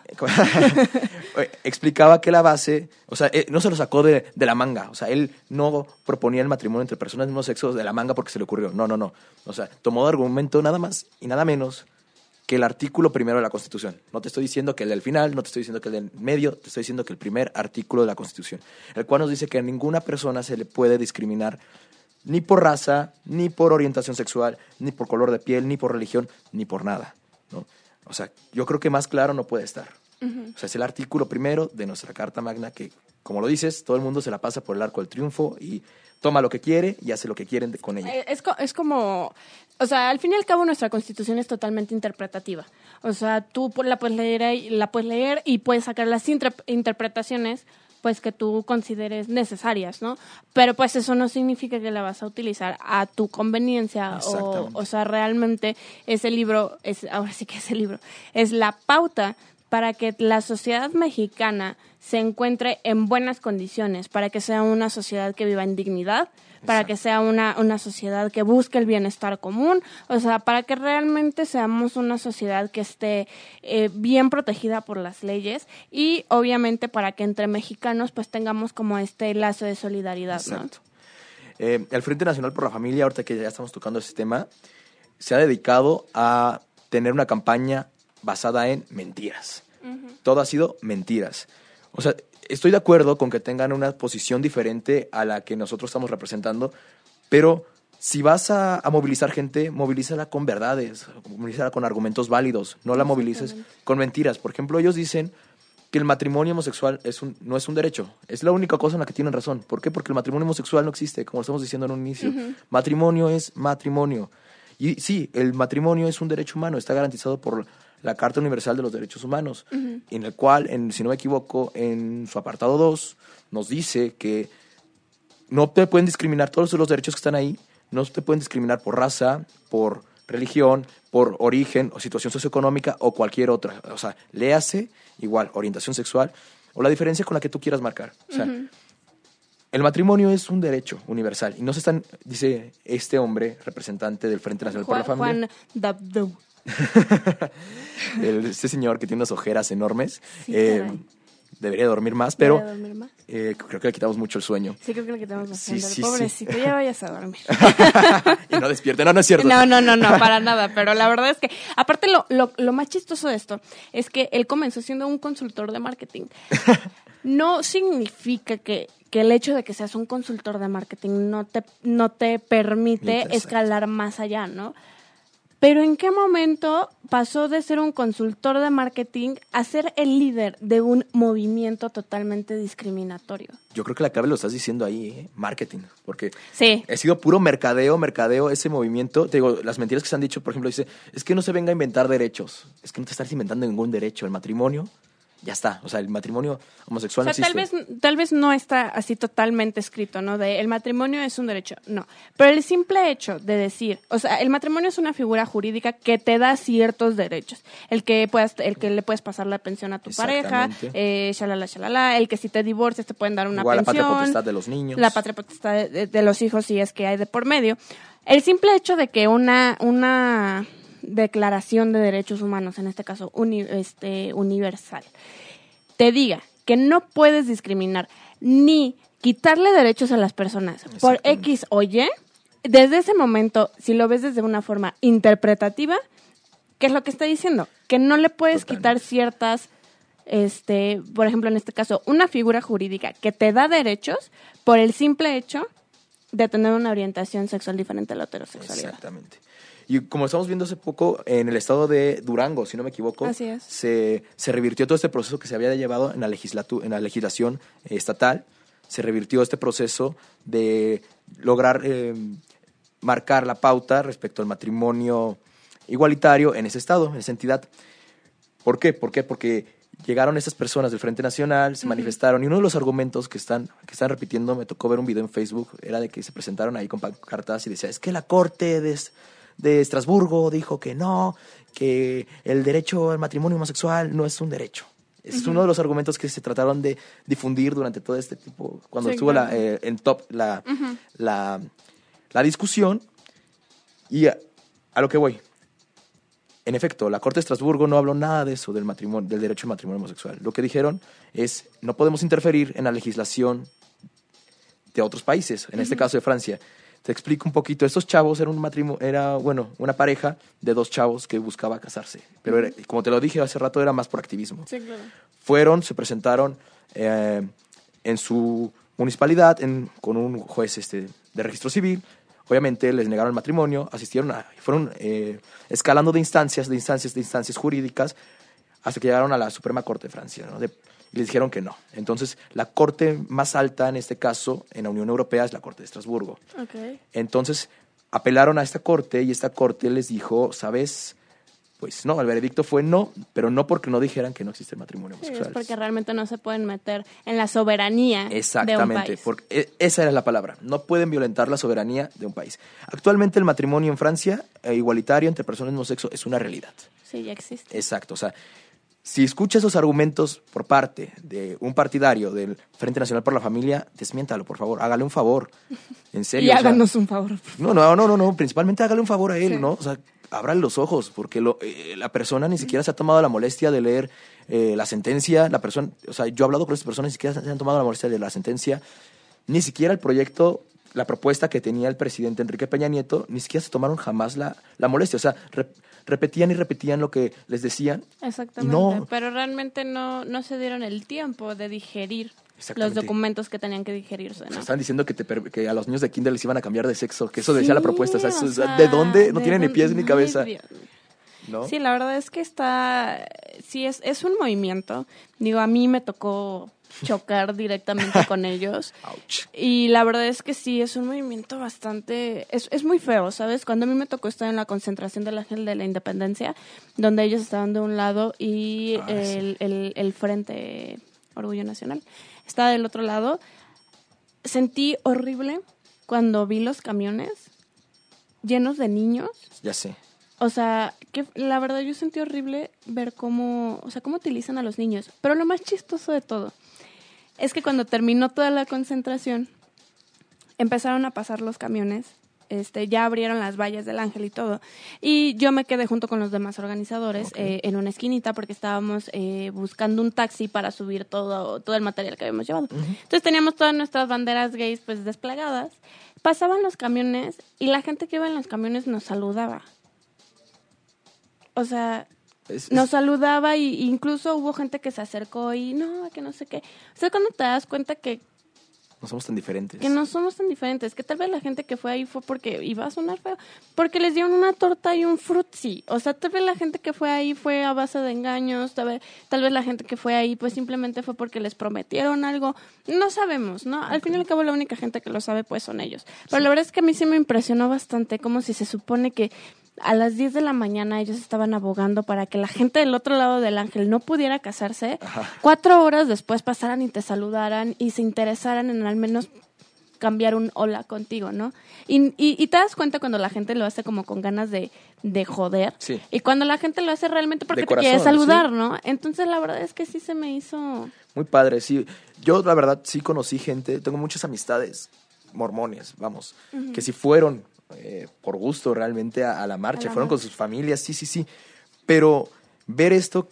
explicaba que la base, o sea, eh, no se lo sacó de, de la manga, o sea, él no proponía el matrimonio entre personas del mismo sexo de la manga porque se le ocurrió, no, no, no, o sea, tomó de argumento nada más y nada menos que el artículo primero de la Constitución. No te estoy diciendo que el del final, no te estoy diciendo que el del medio, te estoy diciendo que el primer artículo de la Constitución, el cual nos dice que a ninguna persona se le puede discriminar ni por raza, ni por orientación sexual, ni por color de piel, ni por religión, ni por nada, ¿no? O sea, yo creo que más claro no puede estar. O sea, es el artículo primero de nuestra Carta Magna que, como lo dices, todo el mundo se la pasa por el arco del triunfo y toma lo que quiere y hace lo que quieren de- con ella. Eh, Es, co- es como, o sea, al fin y al cabo nuestra Constitución es totalmente interpretativa. O sea, tú pu- la puedes leer, y- la puedes leer y puedes sacar las intre- interpretaciones pues que tú consideres necesarias, ¿no? Pero pues eso no significa que la vas a utilizar a tu conveniencia o, Exactamente. o sea, realmente ese libro, es ahora sí que ese libro, es la pauta para que la sociedad mexicana se encuentre en buenas condiciones, para que sea una sociedad que viva en dignidad, para Exacto. que sea una, una sociedad que busque el bienestar común, o sea, para que realmente seamos una sociedad que esté eh, bien protegida por las leyes y obviamente para que entre mexicanos pues tengamos como este lazo de solidaridad, Exacto. Eh, el Frente Nacional por la Familia, ahorita que ya estamos tocando ese tema, se ha dedicado a tener una campaña basada en mentiras. Todo ha sido mentiras. O sea, estoy de acuerdo con que tengan una posición diferente a la que nosotros estamos representando, pero si vas a, a movilizar gente, movilízala con verdades, movilízala con argumentos válidos, no la movilices con mentiras. Por ejemplo, ellos dicen que el matrimonio homosexual es un, no es un derecho. Es la única cosa en la que tienen razón. ¿Por qué? Porque el matrimonio homosexual no existe, como lo estamos diciendo en un inicio. Uh-huh. Matrimonio es matrimonio. Y sí, el matrimonio es un derecho humano, está garantizado por la Carta Universal de los Derechos Humanos, Uh-huh. en el cual, en, si no me equivoco, en su apartado dos, nos dice que no te pueden discriminar, todos los derechos que están ahí, no te pueden discriminar por raza, por religión, por origen o situación socioeconómica o cualquier otra. O sea, léase igual, orientación sexual o la diferencia con la que tú quieras marcar. O sea, uh-huh. El matrimonio es un derecho universal y no se están, dice este hombre, representante del Frente Nacional Juan, por la Familia. Juan Dabdou. el, este señor que tiene unas ojeras enormes. Sí, eh, debería dormir más, pero dormir más? Eh, creo que le quitamos mucho el sueño. Sí, creo que le quitamos bastante. Sí, sí, Pobrecito, sí. ya vayas a dormir. Y no despierte, no, no es cierto. No, no, no, no, para nada. Pero la verdad es que, aparte lo, lo, lo más chistoso de esto es que él comenzó siendo un consultor de marketing. No significa que, que el hecho de que seas un consultor de marketing no te, no te permite escalar más allá, ¿no? Pero ¿en qué momento pasó de ser un consultor de marketing a ser el líder de un movimiento totalmente discriminatorio? Yo creo que la clave lo estás diciendo ahí, ¿eh? Marketing, porque sí. ha sido puro mercadeo, mercadeo, ese movimiento. Te digo, las mentiras que se han dicho, por ejemplo, dice, es que no se venga a inventar derechos. Es que no te estás inventando ningún derecho. El matrimonio, ya está. O sea, el matrimonio homosexual o sea, no existe. Tal vez, tal vez no está así totalmente escrito, ¿no? De el matrimonio es un derecho, no. Pero el simple hecho de decir, o sea, el matrimonio es una figura jurídica que te da ciertos derechos. El que puedas, el que le puedes pasar la pensión a tu pareja, eh, shalala, shalala, el que si te divorcias te pueden dar una Igual pensión. la patria potestad de los niños. La patria potestad de, de, de los hijos si es que hay de por medio. El simple hecho de que una, una declaración de derechos humanos, en este caso uni, este, universal, te diga que no puedes discriminar ni quitarle derechos a las personas por X o Y, desde ese momento, si lo ves desde una forma interpretativa, ¿qué es lo que está diciendo? Que no le puedes Totalmente. quitar ciertas, este, por ejemplo, en este caso, una figura jurídica que te da derechos por el simple hecho de tener una orientación sexual diferente a la heterosexualidad. Exactamente. Y como estamos viendo hace poco, en el estado de Durango, si no me equivoco, Así es. se, se revirtió todo este proceso que se había llevado en la, legislatu- en la legislación eh, estatal. Se revirtió este proceso de lograr eh, marcar la pauta respecto al matrimonio igualitario en ese estado, en esa entidad. ¿Por qué? ¿Por qué? Porque llegaron estas personas del Frente Nacional, se uh-huh. manifestaron, y uno de los argumentos que están, que están repitiendo, me tocó ver un video en Facebook, era de que se presentaron ahí con pancartas y decía, es que la Corte de... de Estrasburgo dijo que no, que el derecho al matrimonio homosexual no es un derecho. Es uh-huh. uno de los argumentos que se trataron de difundir durante todo este tipo, cuando sí, estuvo claro. la, eh, en top la, uh-huh. la, la discusión. Y a, a lo que voy. En efecto, la Corte de Estrasburgo no habló nada de eso, del matrimonio, del derecho al matrimonio homosexual. Lo que dijeron es, no podemos interferir en la legislación de otros países, en uh-huh. este caso de Francia. Te explico un poquito. Estos chavos eran un matrimonio, era, bueno, una pareja de dos chavos que buscaba casarse. Pero era, como te lo dije hace rato, era más por activismo. Sí, claro. Fueron, se presentaron eh, en su municipalidad en, con un juez este, de registro civil. Obviamente les negaron el matrimonio, asistieron a, fueron eh, escalando de instancias, de instancias, de instancias jurídicas, hasta que llegaron a la Suprema Corte de Francia, ¿no? De, y les dijeron que no. Entonces, la corte más alta en este caso, en la Unión Europea, es la Corte de Estrasburgo. Okay. Entonces, apelaron a esta corte y esta corte les dijo, ¿sabes? Pues no, el veredicto fue no, pero no porque no dijeran que no existe el matrimonio homosexual. Sí, es porque realmente no se pueden meter en la soberanía de un país. Porque esa era la palabra. No pueden violentar la soberanía de un país. Actualmente el matrimonio en Francia, eh, igualitario entre personas del mismo sexo, es una realidad. Sí, ya existe. Exacto, o sea, si escucha esos argumentos por parte de un partidario del Frente Nacional por la Familia, desmiéntalo, por favor, hágale un favor, en serio. Y o sea, háganos un favor. No, no, no, no, no, principalmente hágale un favor a él, sí. ¿no? O sea, ábrale los ojos, porque lo, eh, la persona ni siquiera se ha tomado la molestia de leer eh, la sentencia, la persona, o sea, yo he hablado con estas personas, ni siquiera se han tomado la molestia de leer la sentencia, ni siquiera el proyecto, la propuesta que tenía el presidente Enrique Peña Nieto, ni siquiera se tomaron jamás la, la molestia, o sea, rep, repetían y repetían lo que les decían. Exactamente, no, pero realmente no, no se dieron el tiempo de digerir los documentos que tenían que digerirse, ¿no? O sea, están diciendo que, te, que a los niños de kinder les iban a cambiar de sexo, que eso sí, decía la propuesta, o sea, o eso, sea, ¿de dónde? No de tiene ni pies dónde, ni cabeza. Dios. ¿No? Sí, la verdad es que está, sí, es, es un movimiento, digo, a mí me tocó chocar directamente con ellos. Ouch. Y la verdad es que sí, es un movimiento bastante, es, es muy feo, ¿sabes? Cuando a mí me tocó estar en la concentración del Ángel de la Independencia, donde ellos estaban de un lado y ah, el, sí. el, el Frente Orgullo Nacional estaba del otro lado, sentí horrible cuando vi los camiones llenos de niños. Ya sé. O sea, que la verdad yo sentí horrible ver cómo, o sea, cómo utilizan a los niños. Pero lo más chistoso de todo es que cuando terminó toda la concentración, empezaron a pasar los camiones. Este, ya abrieron las vallas del Ángel y todo. Y yo me quedé junto con los demás organizadores okay. eh, en una esquinita porque estábamos eh, buscando un taxi para subir todo, todo el material que habíamos llevado. Uh-huh. Entonces teníamos todas nuestras banderas gays pues desplegadas. Pasaban los camiones y la gente que iba en los camiones nos saludaba. O sea, es, es... nos saludaba y incluso hubo gente que se acercó y no, que no sé qué. O sea, cuando te das cuenta que no somos tan diferentes. Que no somos tan diferentes. Que tal vez la gente que fue ahí fue porque iba a sonar feo. Porque les dieron una torta y un frutzi. O sea, tal vez la gente que fue ahí fue a base de engaños. Tal vez, tal vez la gente que fue ahí pues simplemente fue porque les prometieron algo. No sabemos, ¿no? Okay. Al fin y al cabo la única gente que lo sabe pues son ellos. Pero sí. La verdad es que a mí sí me impresionó bastante. Como si se supone que a las diez de la mañana ellos estaban abogando para que la gente del otro lado del Ángel no pudiera casarse. Ajá. Cuatro horas después pasaran y te saludaran y se interesaran en al menos cambiar un hola contigo, ¿no? Y, y, y te das cuenta cuando la gente lo hace como con ganas de, de joder. Sí. Y cuando la gente lo hace realmente porque de te corazón, quiere saludar, ¿sí? ¿no? Entonces la verdad es que sí se me hizo... Muy padre, sí. Yo la verdad sí conocí gente, tengo muchas amistades mormones, vamos, uh-huh. que sí fueron... Eh, por gusto realmente a, a la marcha, a la fueron marcha. Con sus familias, sí, sí, sí, pero ver esto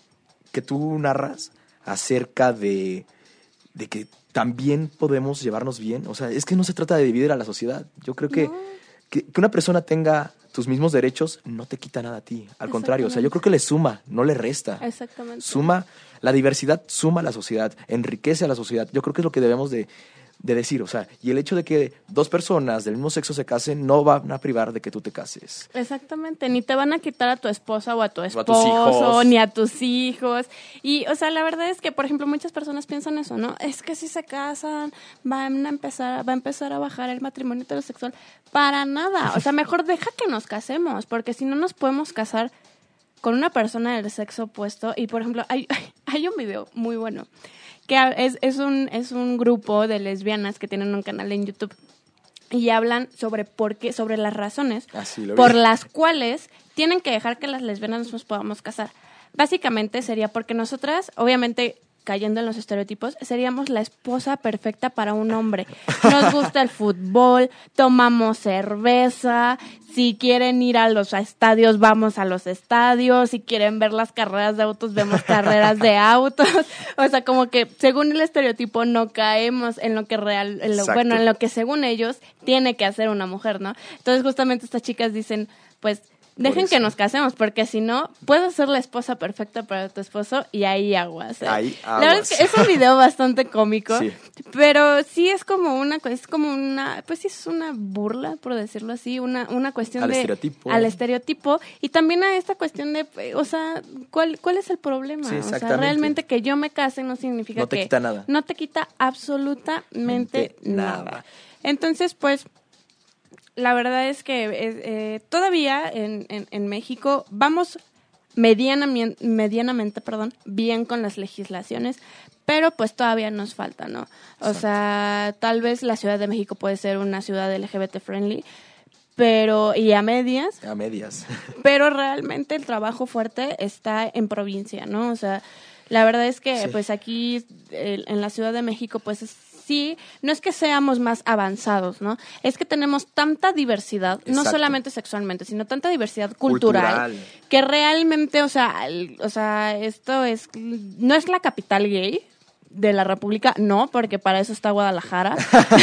que tú narras acerca de, de que también podemos llevarnos bien, o sea, es que no se trata de dividir a la sociedad, yo creo que, no. que, que una persona tenga tus mismos derechos no te quita nada a ti, al contrario, o sea, yo creo que le suma, no le resta. Exactamente. Suma, la diversidad suma a la sociedad, enriquece a la sociedad, yo creo que es lo que debemos de de decir, o sea, y el hecho de que dos personas del mismo sexo se casen no van a privar de que tú te cases. Exactamente, ni te van a quitar a tu esposa o a tu esposo, o a tus hijos. Ni a tus hijos. Y, o sea, la verdad es que, por ejemplo, muchas personas piensan eso, ¿no? Es que si se casan, van a empezar, va a empezar a bajar el matrimonio heterosexual. Para nada, o sea, mejor deja que nos casemos, porque si no nos podemos casar con una persona del sexo opuesto. Y, por ejemplo, hay, hay un video muy bueno que es, es, un, es un grupo de lesbianas que tienen un canal en YouTube y hablan sobre por qué, sobre las razones ah, sí, lo por vi. las cuales tienen que dejar que las lesbianas nos podamos casar. Básicamente sería porque nosotras, obviamente cayendo en los estereotipos, seríamos la esposa perfecta para un hombre. Nos gusta el fútbol, tomamos cerveza, si quieren ir a los estadios, vamos a los estadios, si quieren ver las carreras de autos, vemos carreras de autos. O sea, como que según el estereotipo no caemos en lo que real, en lo, bueno, en lo que según ellos tiene que hacer una mujer, ¿no? Entonces justamente estas chicas dicen, pues, dejen que nos casemos, porque si no, puedo ser la esposa perfecta para tu esposo y ahí aguas. ¿eh? Ahí aguas. La verdad es que es un video bastante cómico, sí. pero sí es como una, es como una, pues sí es una burla, por decirlo así, una, una cuestión al de... estereotipo. Al estereotipo. Y también a esta cuestión de, o sea, ¿cuál, cuál es el problema? Sí, o sea, realmente que yo me case no significa que... No te que quita nada. No te quita absolutamente nada. nada. Entonces, pues... La verdad es que eh, todavía en, en, en México vamos medianamente, medianamente perdón, bien con las legislaciones, pero pues todavía nos falta, ¿no? O Exacto. sea, tal vez la Ciudad de México puede ser una ciudad L G B T friendly, pero y a medias. A medias. Pero realmente el trabajo fuerte está en provincia, ¿no? O sea, la verdad es que sí. pues aquí eh, en la Ciudad de México pues es sí, no es que seamos más avanzados, ¿no? Es que tenemos tanta diversidad, Exacto. no solamente sexualmente, sino tanta diversidad cultural, cultural. que realmente, o sea, el, o sea, esto es, no es la capital gay de la República, no, porque para eso está Guadalajara,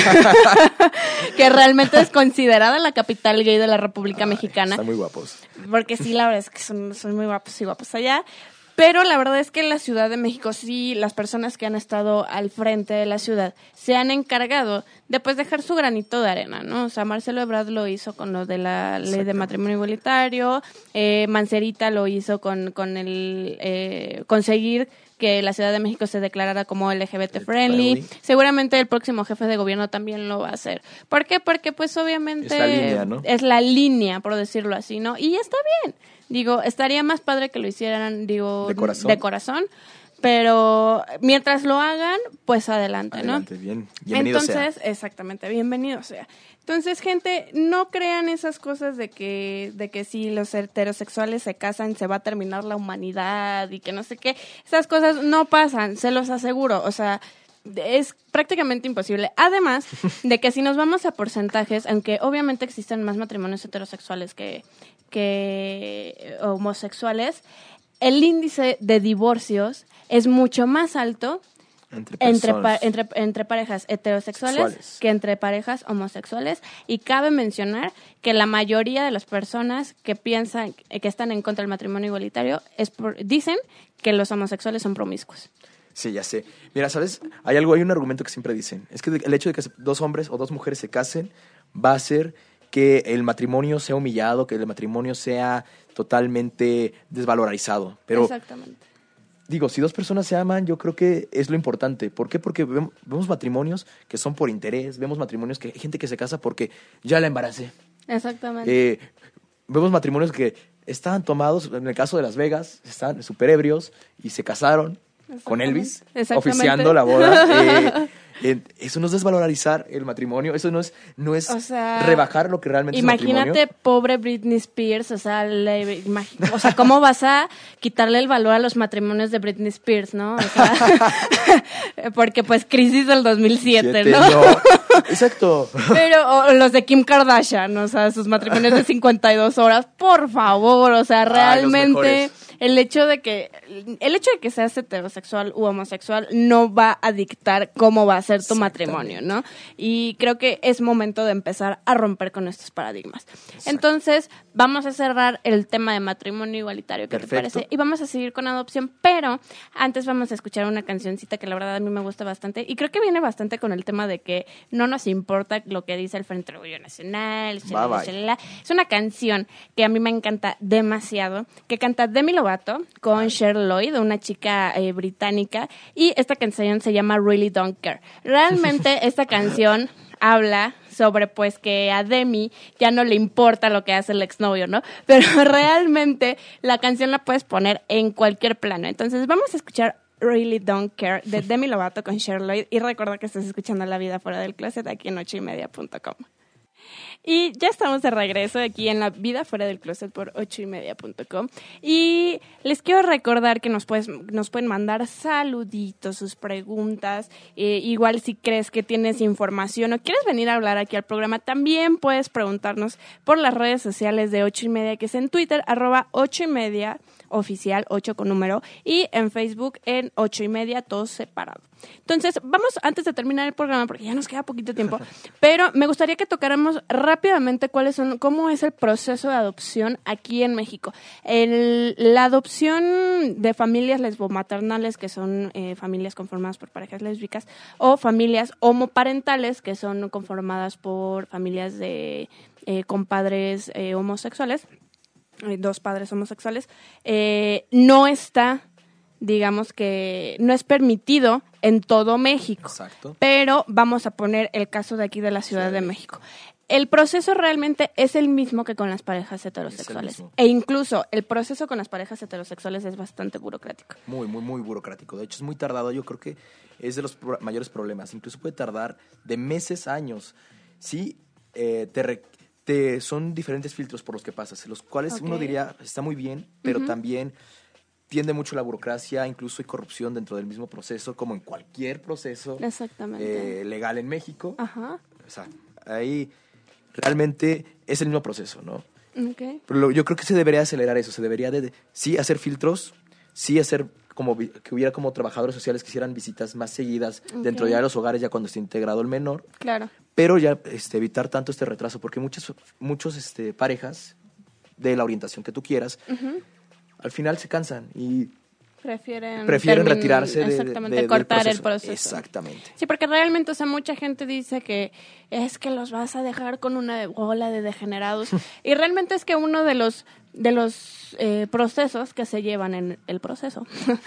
que realmente es considerada la capital gay de la República Ay, Mexicana. Están muy guapos. Porque sí, la verdad es que son, son muy guapos y guapos allá. Pero la verdad es que en la Ciudad de México sí, las personas que han estado al frente de la ciudad se han encargado de pues dejar su granito de arena, ¿no? O sea, Marcelo Ebrard lo hizo con lo de la ley de matrimonio igualitario, eh, Mancerita lo hizo con, con el eh, conseguir que la Ciudad de México se declarara como L G B T friendly. Seguramente el próximo jefe de gobierno también lo va a hacer. ¿Por qué? Porque pues obviamente es la línea, ¿no? Es la línea, por decirlo así, ¿no? Y está bien. Digo, estaría más padre que lo hicieran, digo, de corazón, de corazón pero mientras lo hagan, pues adelante, Adelante, ¿no? bien, bienvenido Entonces, sea. exactamente, bienvenido sea. Entonces, gente, no crean esas cosas de que, de que si los heterosexuales se casan se va a terminar la humanidad y que no sé qué. Esas cosas no pasan, se los aseguro. O sea, es prácticamente imposible. Además de que si nos vamos a porcentajes, aunque obviamente existen más matrimonios heterosexuales que, que homosexuales, el índice de divorcios es mucho más alto Entre entre, personas. pa- entre, entre parejas heterosexuales Sexuales. que entre parejas homosexuales. Y cabe mencionar que la mayoría de las personas que piensan que están en contra del matrimonio igualitario es por- dicen que los homosexuales son promiscuos. Sí, ya sé. Mira, ¿sabes? Hay algo, hay un argumento que siempre dicen. Es que el hecho de que se- dos hombres o dos mujeres se casen va a hacer que el matrimonio sea humillado, que el matrimonio sea totalmente desvalorizado. Pero, Exactamente. digo, si dos personas se aman, yo creo que es lo importante. ¿Por qué? Porque vemos, vemos matrimonios que son por interés, vemos matrimonios que hay gente que se casa porque ya la embaracé. Exactamente. Eh, vemos matrimonios que estaban tomados, en el caso de Las Vegas, estaban súper ebrios y se casaron con Elvis, Exactamente. oficiando la boda. Eh, eh, eso no es desvalorizar el matrimonio, eso no es, no es O sea, rebajar lo que realmente es Imagínate, el matrimonio. pobre Britney Spears, o sea, le- imagi- o sea, ¿cómo vas a quitarle el valor a los matrimonios de Britney Spears, no? O sea, porque pues crisis del dos mil siete, Siete, ¿no? Exacto. Pero o los de Kim Kardashian, o sea, sus matrimonios de cincuenta y dos horas, por favor, o sea, Ay, los realmente mejores. el hecho de que el hecho de que seas heterosexual u homosexual no va a dictar cómo va a ser tu matrimonio, ¿no? Y creo que es momento de empezar a romper con estos paradigmas. Exacto. Entonces, vamos a cerrar el tema de matrimonio igualitario, ¿qué te Perfecto. parece? Y vamos a seguir con adopción, pero antes vamos a escuchar una cancioncita que la verdad a mí me gusta bastante y creo que viene bastante con el tema de que no nos importa lo que dice el Frente Orgullo Nacional, Bye, shalala, bye. shalala. Es una canción que a mí me encanta demasiado, que canta Demi Lovato con Cher Lloyd, una chica eh, británica, y esta canción se llama Really Don't Care. Realmente esta canción habla sobre pues que a Demi ya no le importa lo que hace el exnovio, ¿no? Pero realmente la canción la puedes poner en cualquier plano. Entonces vamos a escuchar Really Don't Care de Demi Lovato con Cher Lloyd y recuerda que estás escuchando La Vida Fuera del Closet aquí en ocho y media punto com. Y ya estamos de regreso aquí en La Vida Fuera del Closet por ocho y media punto com. Y les quiero recordar que nos, puedes, nos pueden mandar saluditos, sus preguntas. Eh, igual si crees que tienes información o quieres venir a hablar aquí al programa, también puedes preguntarnos por las redes sociales de ocho y media, que es en Twitter, arroba ocho y media oficial, ocho con número, y en Facebook en ocho y media, todo separado. Entonces, vamos antes de terminar el programa, porque ya nos queda poquito tiempo, pero me gustaría que tocáramos rápidamente cuáles son, cómo es el proceso de adopción aquí en México. El, la adopción de familias lesbomaternales, que son eh, familias conformadas por parejas lésbicas, o familias homoparentales, que son conformadas por familias de eh, compadres eh, homosexuales, dos padres homosexuales, eh, no está, digamos que no es permitido en todo México. Exacto. Pero vamos a poner el caso de aquí de la Ciudad Sí. de México. El proceso realmente es el mismo que con las parejas heterosexuales. mismo. E incluso el proceso con las parejas heterosexuales es bastante burocrático. Muy, muy, muy burocrático. De hecho, es muy tardado. Yo creo que es de los pro- mayores problemas. Incluso puede tardar de meses a años. Sí, eh, te, re- te son diferentes filtros por los que pasas, los cuales Ok. uno diría está muy bien, pero Ujú. también tiende mucho la burocracia, incluso hay corrupción dentro del mismo proceso, como en cualquier proceso Exactamente. eh, legal en México. Ajá. O sea, ahí realmente es el mismo proceso, ¿no? Ok. Pero lo- yo creo que se debería acelerar eso, se debería de, de- sí hacer filtros, sí hacer como vi- que hubiera como trabajadores sociales que hicieran visitas más seguidas Ok. dentro ya de los hogares ya cuando esté integrado el menor, Claro. pero ya este, evitar tanto este retraso, porque muchas muchos este, parejas de la orientación que tú quieras, Ujú. al final se cansan y Prefieren, prefieren termin- retirarse de, exactamente, de- del cortar proceso. el proceso. Exactamente. Sí, porque realmente, o sea, mucha gente dice que es que los vas a dejar con una bola de degenerados. Y realmente es que uno de los de los eh, procesos que se llevan en el proceso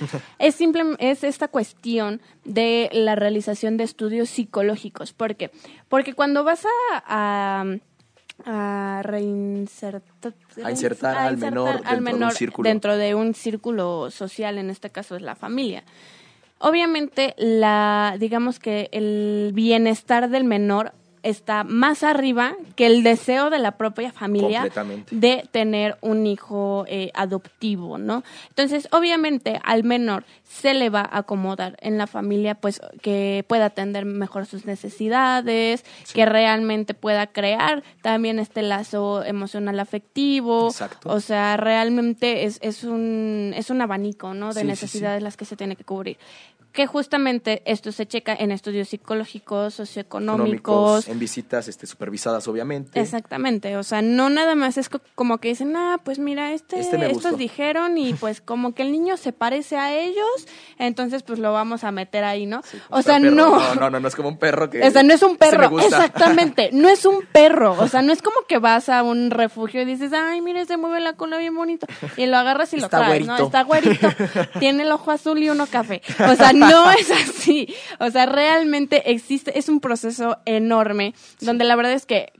es simple, es esta cuestión de la realización de estudios psicológicos. ¿Por qué? Porque cuando vas a, a a reinsertar a insertar al menor dentro al menor de un círculo. dentro de un círculo social, en este caso es la familia. Obviamente, la digamos que el bienestar del menor está más arriba que el deseo de la propia familia de tener un hijo eh, adoptivo, ¿no? Entonces, obviamente, al menor se le va a acomodar en la familia, pues, que pueda atender mejor sus necesidades, sí. que realmente pueda crear también este lazo emocional afectivo. Exacto. O sea, realmente es, es un es un abanico, ¿no? De sí, necesidades sí, sí. las que se tiene que cubrir. Que justamente esto se checa en estudios psicológicos, socioeconómicos. En visitas este, supervisadas, obviamente. Exactamente, o sea, no nada más es co- como que dicen, ah, pues mira, este, este estos dijeron y pues como que el niño se parece a ellos, entonces pues lo vamos a meter ahí, ¿no? Sí, o sea, perro. no. no. No, no, no es como un perro que... O sea, no es un perro, me gusta. exactamente, no es un perro, o sea, no es como que vas a un refugio y dices, ay, mira, se mueve la cola bien bonito, y lo agarras y lo Está traes, güerito. ¿no? Está güerito, tiene el ojo azul y uno café, o sea, no es así. Sí, o sea, realmente existe, es un proceso enorme, sí. donde la verdad es que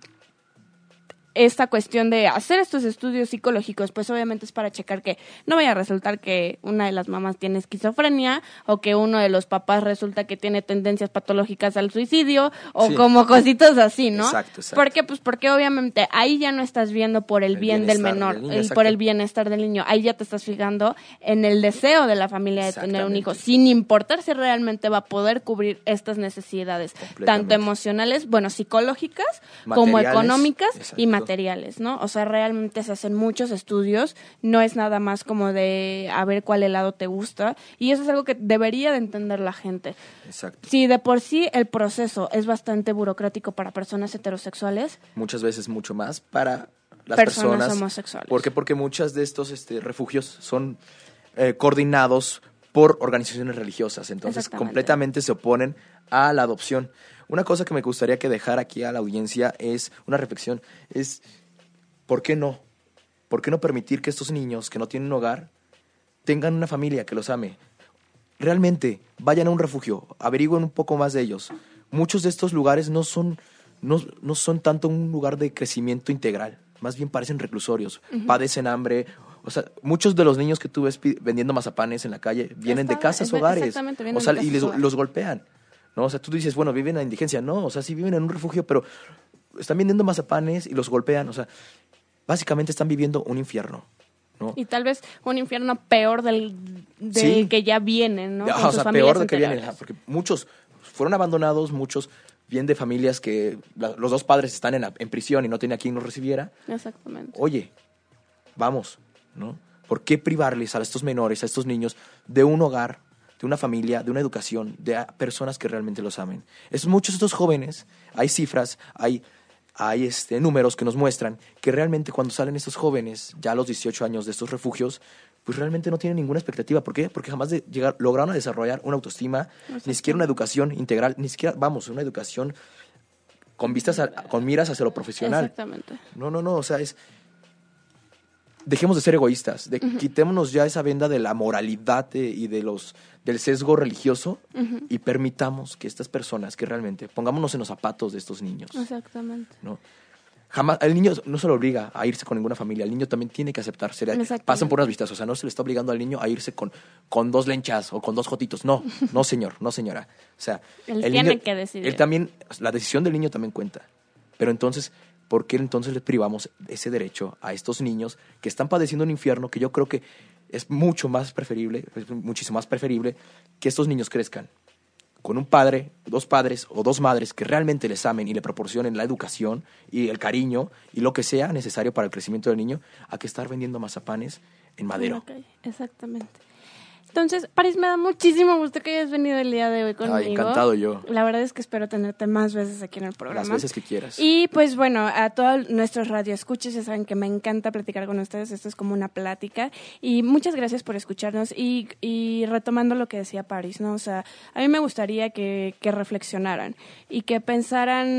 esta cuestión de hacer estos estudios psicológicos, pues obviamente es para checar que no vaya a resultar que una de las mamás tiene esquizofrenia o que uno de los papás resulta que tiene tendencias patológicas al suicidio o sí. como cositas así, ¿no? Exacto, exacto. ¿Por qué? Pues porque obviamente ahí ya no estás viendo por el, el bien del menor, del niño, el, por el bienestar del niño. Ahí ya te estás fijando en el deseo de la familia de tener un hijo, sin importar si realmente va a poder cubrir estas necesidades, tanto emocionales, bueno, psicológicas, como económicas exacto. y materiales. materiales, ¿no? O sea, realmente se hacen muchos estudios, no es nada más como de a ver cuál helado te gusta, y eso es algo que debería de entender la gente. Exacto. Si de por sí el proceso es bastante burocrático para personas heterosexuales, muchas veces mucho más para las personas, personas homosexuales. ¿Por qué? Porque muchas de estos este, refugios son eh, coordinados por organizaciones religiosas, entonces completamente se oponen a la adopción. Una cosa que me gustaría que dejar aquí a la audiencia es una reflexión, es ¿por qué no? ¿Por qué no permitir que estos niños que no tienen hogar tengan una familia que los ame? Realmente, vayan a un refugio, averigüen un poco más de ellos. Muchos de estos lugares no son, no, no son tanto un lugar de crecimiento integral, más bien parecen reclusorios, uh-huh. padecen hambre. O sea, muchos de los niños que tú ves vendiendo mazapanes en la calle vienen Está, de casas, hogares. Exactamente, vienen o sea, de casas, y les, hogares. los golpean. ¿No? O sea, tú dices, bueno, viven en la indigencia. No, o sea, sí viven en un refugio, pero están vendiendo mazapanes y los golpean. O sea, básicamente están viviendo un infierno, ¿no? Y tal vez un infierno peor del, del sí. que ya vienen, ¿no? Ya, Con o sus sea, peor del que anteriores. vienen. Porque muchos fueron abandonados, muchos vienen de familias que la, los dos padres están en, la, en prisión y no tienen a quien los recibiera. Exactamente. Oye, vamos, ¿no? ¿Por qué privarles a estos menores, a estos niños, de un hogar, de una familia, de una educación, de personas que realmente los amen? Es, muchos de estos jóvenes, hay cifras, hay, hay este, números que nos muestran que realmente cuando salen estos jóvenes, ya a los dieciocho años de estos refugios, pues realmente no tienen ninguna expectativa. ¿Por qué? Porque jamás de llegar, lograron a desarrollar una autoestima, ni siquiera una educación integral, ni siquiera, vamos, una educación con vistas, a, con miras hacia lo profesional. Exactamente. No, no, no, o sea, es... Dejemos de ser egoístas, de, uh-huh. quitémonos ya esa venda de la moralidad de, y de los, del sesgo religioso uh-huh. y permitamos que estas personas, que realmente, pongámonos en los zapatos de estos niños. Exactamente. ¿No? Jamás, el niño no se lo obliga a irse con ninguna familia, el niño también tiene que aceptarse. Pasan por unas vistas, o sea, no se le está obligando al niño a irse con, con dos lenchas o con dos jotitos. No, no señor, no señora. O sea, él el tiene niño, que decidir. Él también, la decisión del niño también cuenta. Pero entonces... ¿Por qué entonces les privamos ese derecho a estos niños que están padeciendo un infierno que yo creo que es mucho más preferible, es muchísimo más preferible que estos niños crezcan con un padre, dos padres o dos madres que realmente les amen y le proporcionen la educación y el cariño y lo que sea necesario para el crecimiento del niño, a que estar vendiendo mazapanes en Madero? Okay, exactamente. Entonces, París, me da muchísimo gusto que hayas venido el día de hoy conmigo. Ay, encantado yo. La verdad es que espero tenerte más veces aquí en el programa. Las veces que quieras. Y pues bueno, a todos nuestros radioescuchas ya saben que me encanta platicar con ustedes. Esto es como una plática. Y muchas gracias por escucharnos. Y, y retomando lo que decía París, ¿no? O sea, a mí me gustaría que, que reflexionaran y que pensaran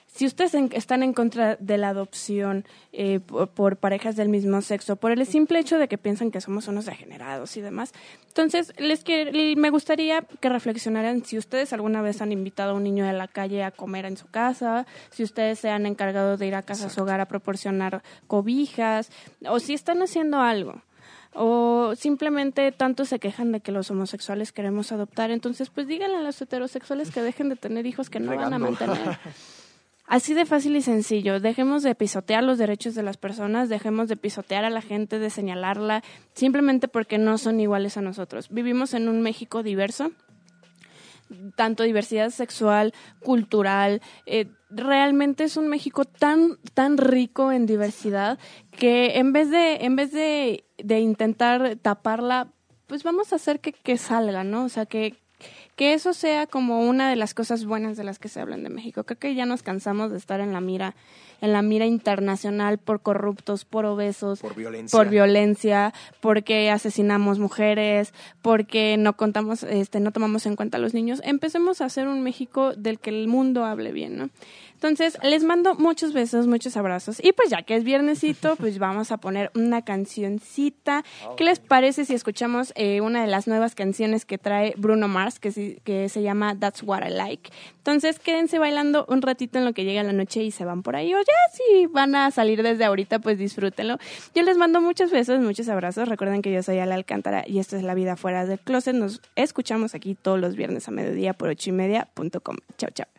si ustedes en, están en contra de la adopción eh, por, por parejas del mismo sexo, por el simple hecho de que piensan que somos unos degenerados y demás, entonces les quiero, me gustaría que reflexionaran si ustedes alguna vez han invitado a un niño de la calle a comer en su casa, si ustedes se han encargado de ir a casas hogar a proporcionar cobijas, o si están haciendo algo. O simplemente tanto se quejan de que los homosexuales queremos adoptar, entonces pues díganle a los heterosexuales que dejen de tener hijos que no Regando. van a mantener. Así de fácil y sencillo. Dejemos de pisotear los derechos de las personas, dejemos de pisotear a la gente, de señalarla, simplemente porque no son iguales a nosotros. Vivimos en un México diverso, tanto diversidad sexual, cultural, eh, realmente es un México tan tan rico en diversidad que en vez de en vez de, de intentar taparla, pues vamos a hacer que, que salga, ¿no? O sea, que que eso sea como una de las cosas buenas de las que se hablan de México. Creo que ya nos cansamos de estar en la mira, en la mira internacional por corruptos, por obesos, por violencia, por violencia, porque asesinamos mujeres, porque no contamos, este, no tomamos en cuenta a los niños. Empecemos a hacer un México del que el mundo hable bien, ¿no? Entonces, les mando muchos besos, muchos abrazos. Y pues ya que es viernesito, pues vamos a poner una cancioncita. ¿Qué les parece si escuchamos eh, una de las nuevas canciones que trae Bruno Mars, que, si, que se llama That's What I Like? Entonces, quédense bailando un ratito en lo que llega la noche y se van por ahí. O ya, si van a salir desde ahorita, pues disfrútenlo. Yo les mando muchos besos, muchos abrazos. Recuerden que yo soy Ale Alcántara y esto es La Vida Fuera del Closet. Nos escuchamos aquí todos los viernes a mediodía por ocho y media punto com. Chao, chao.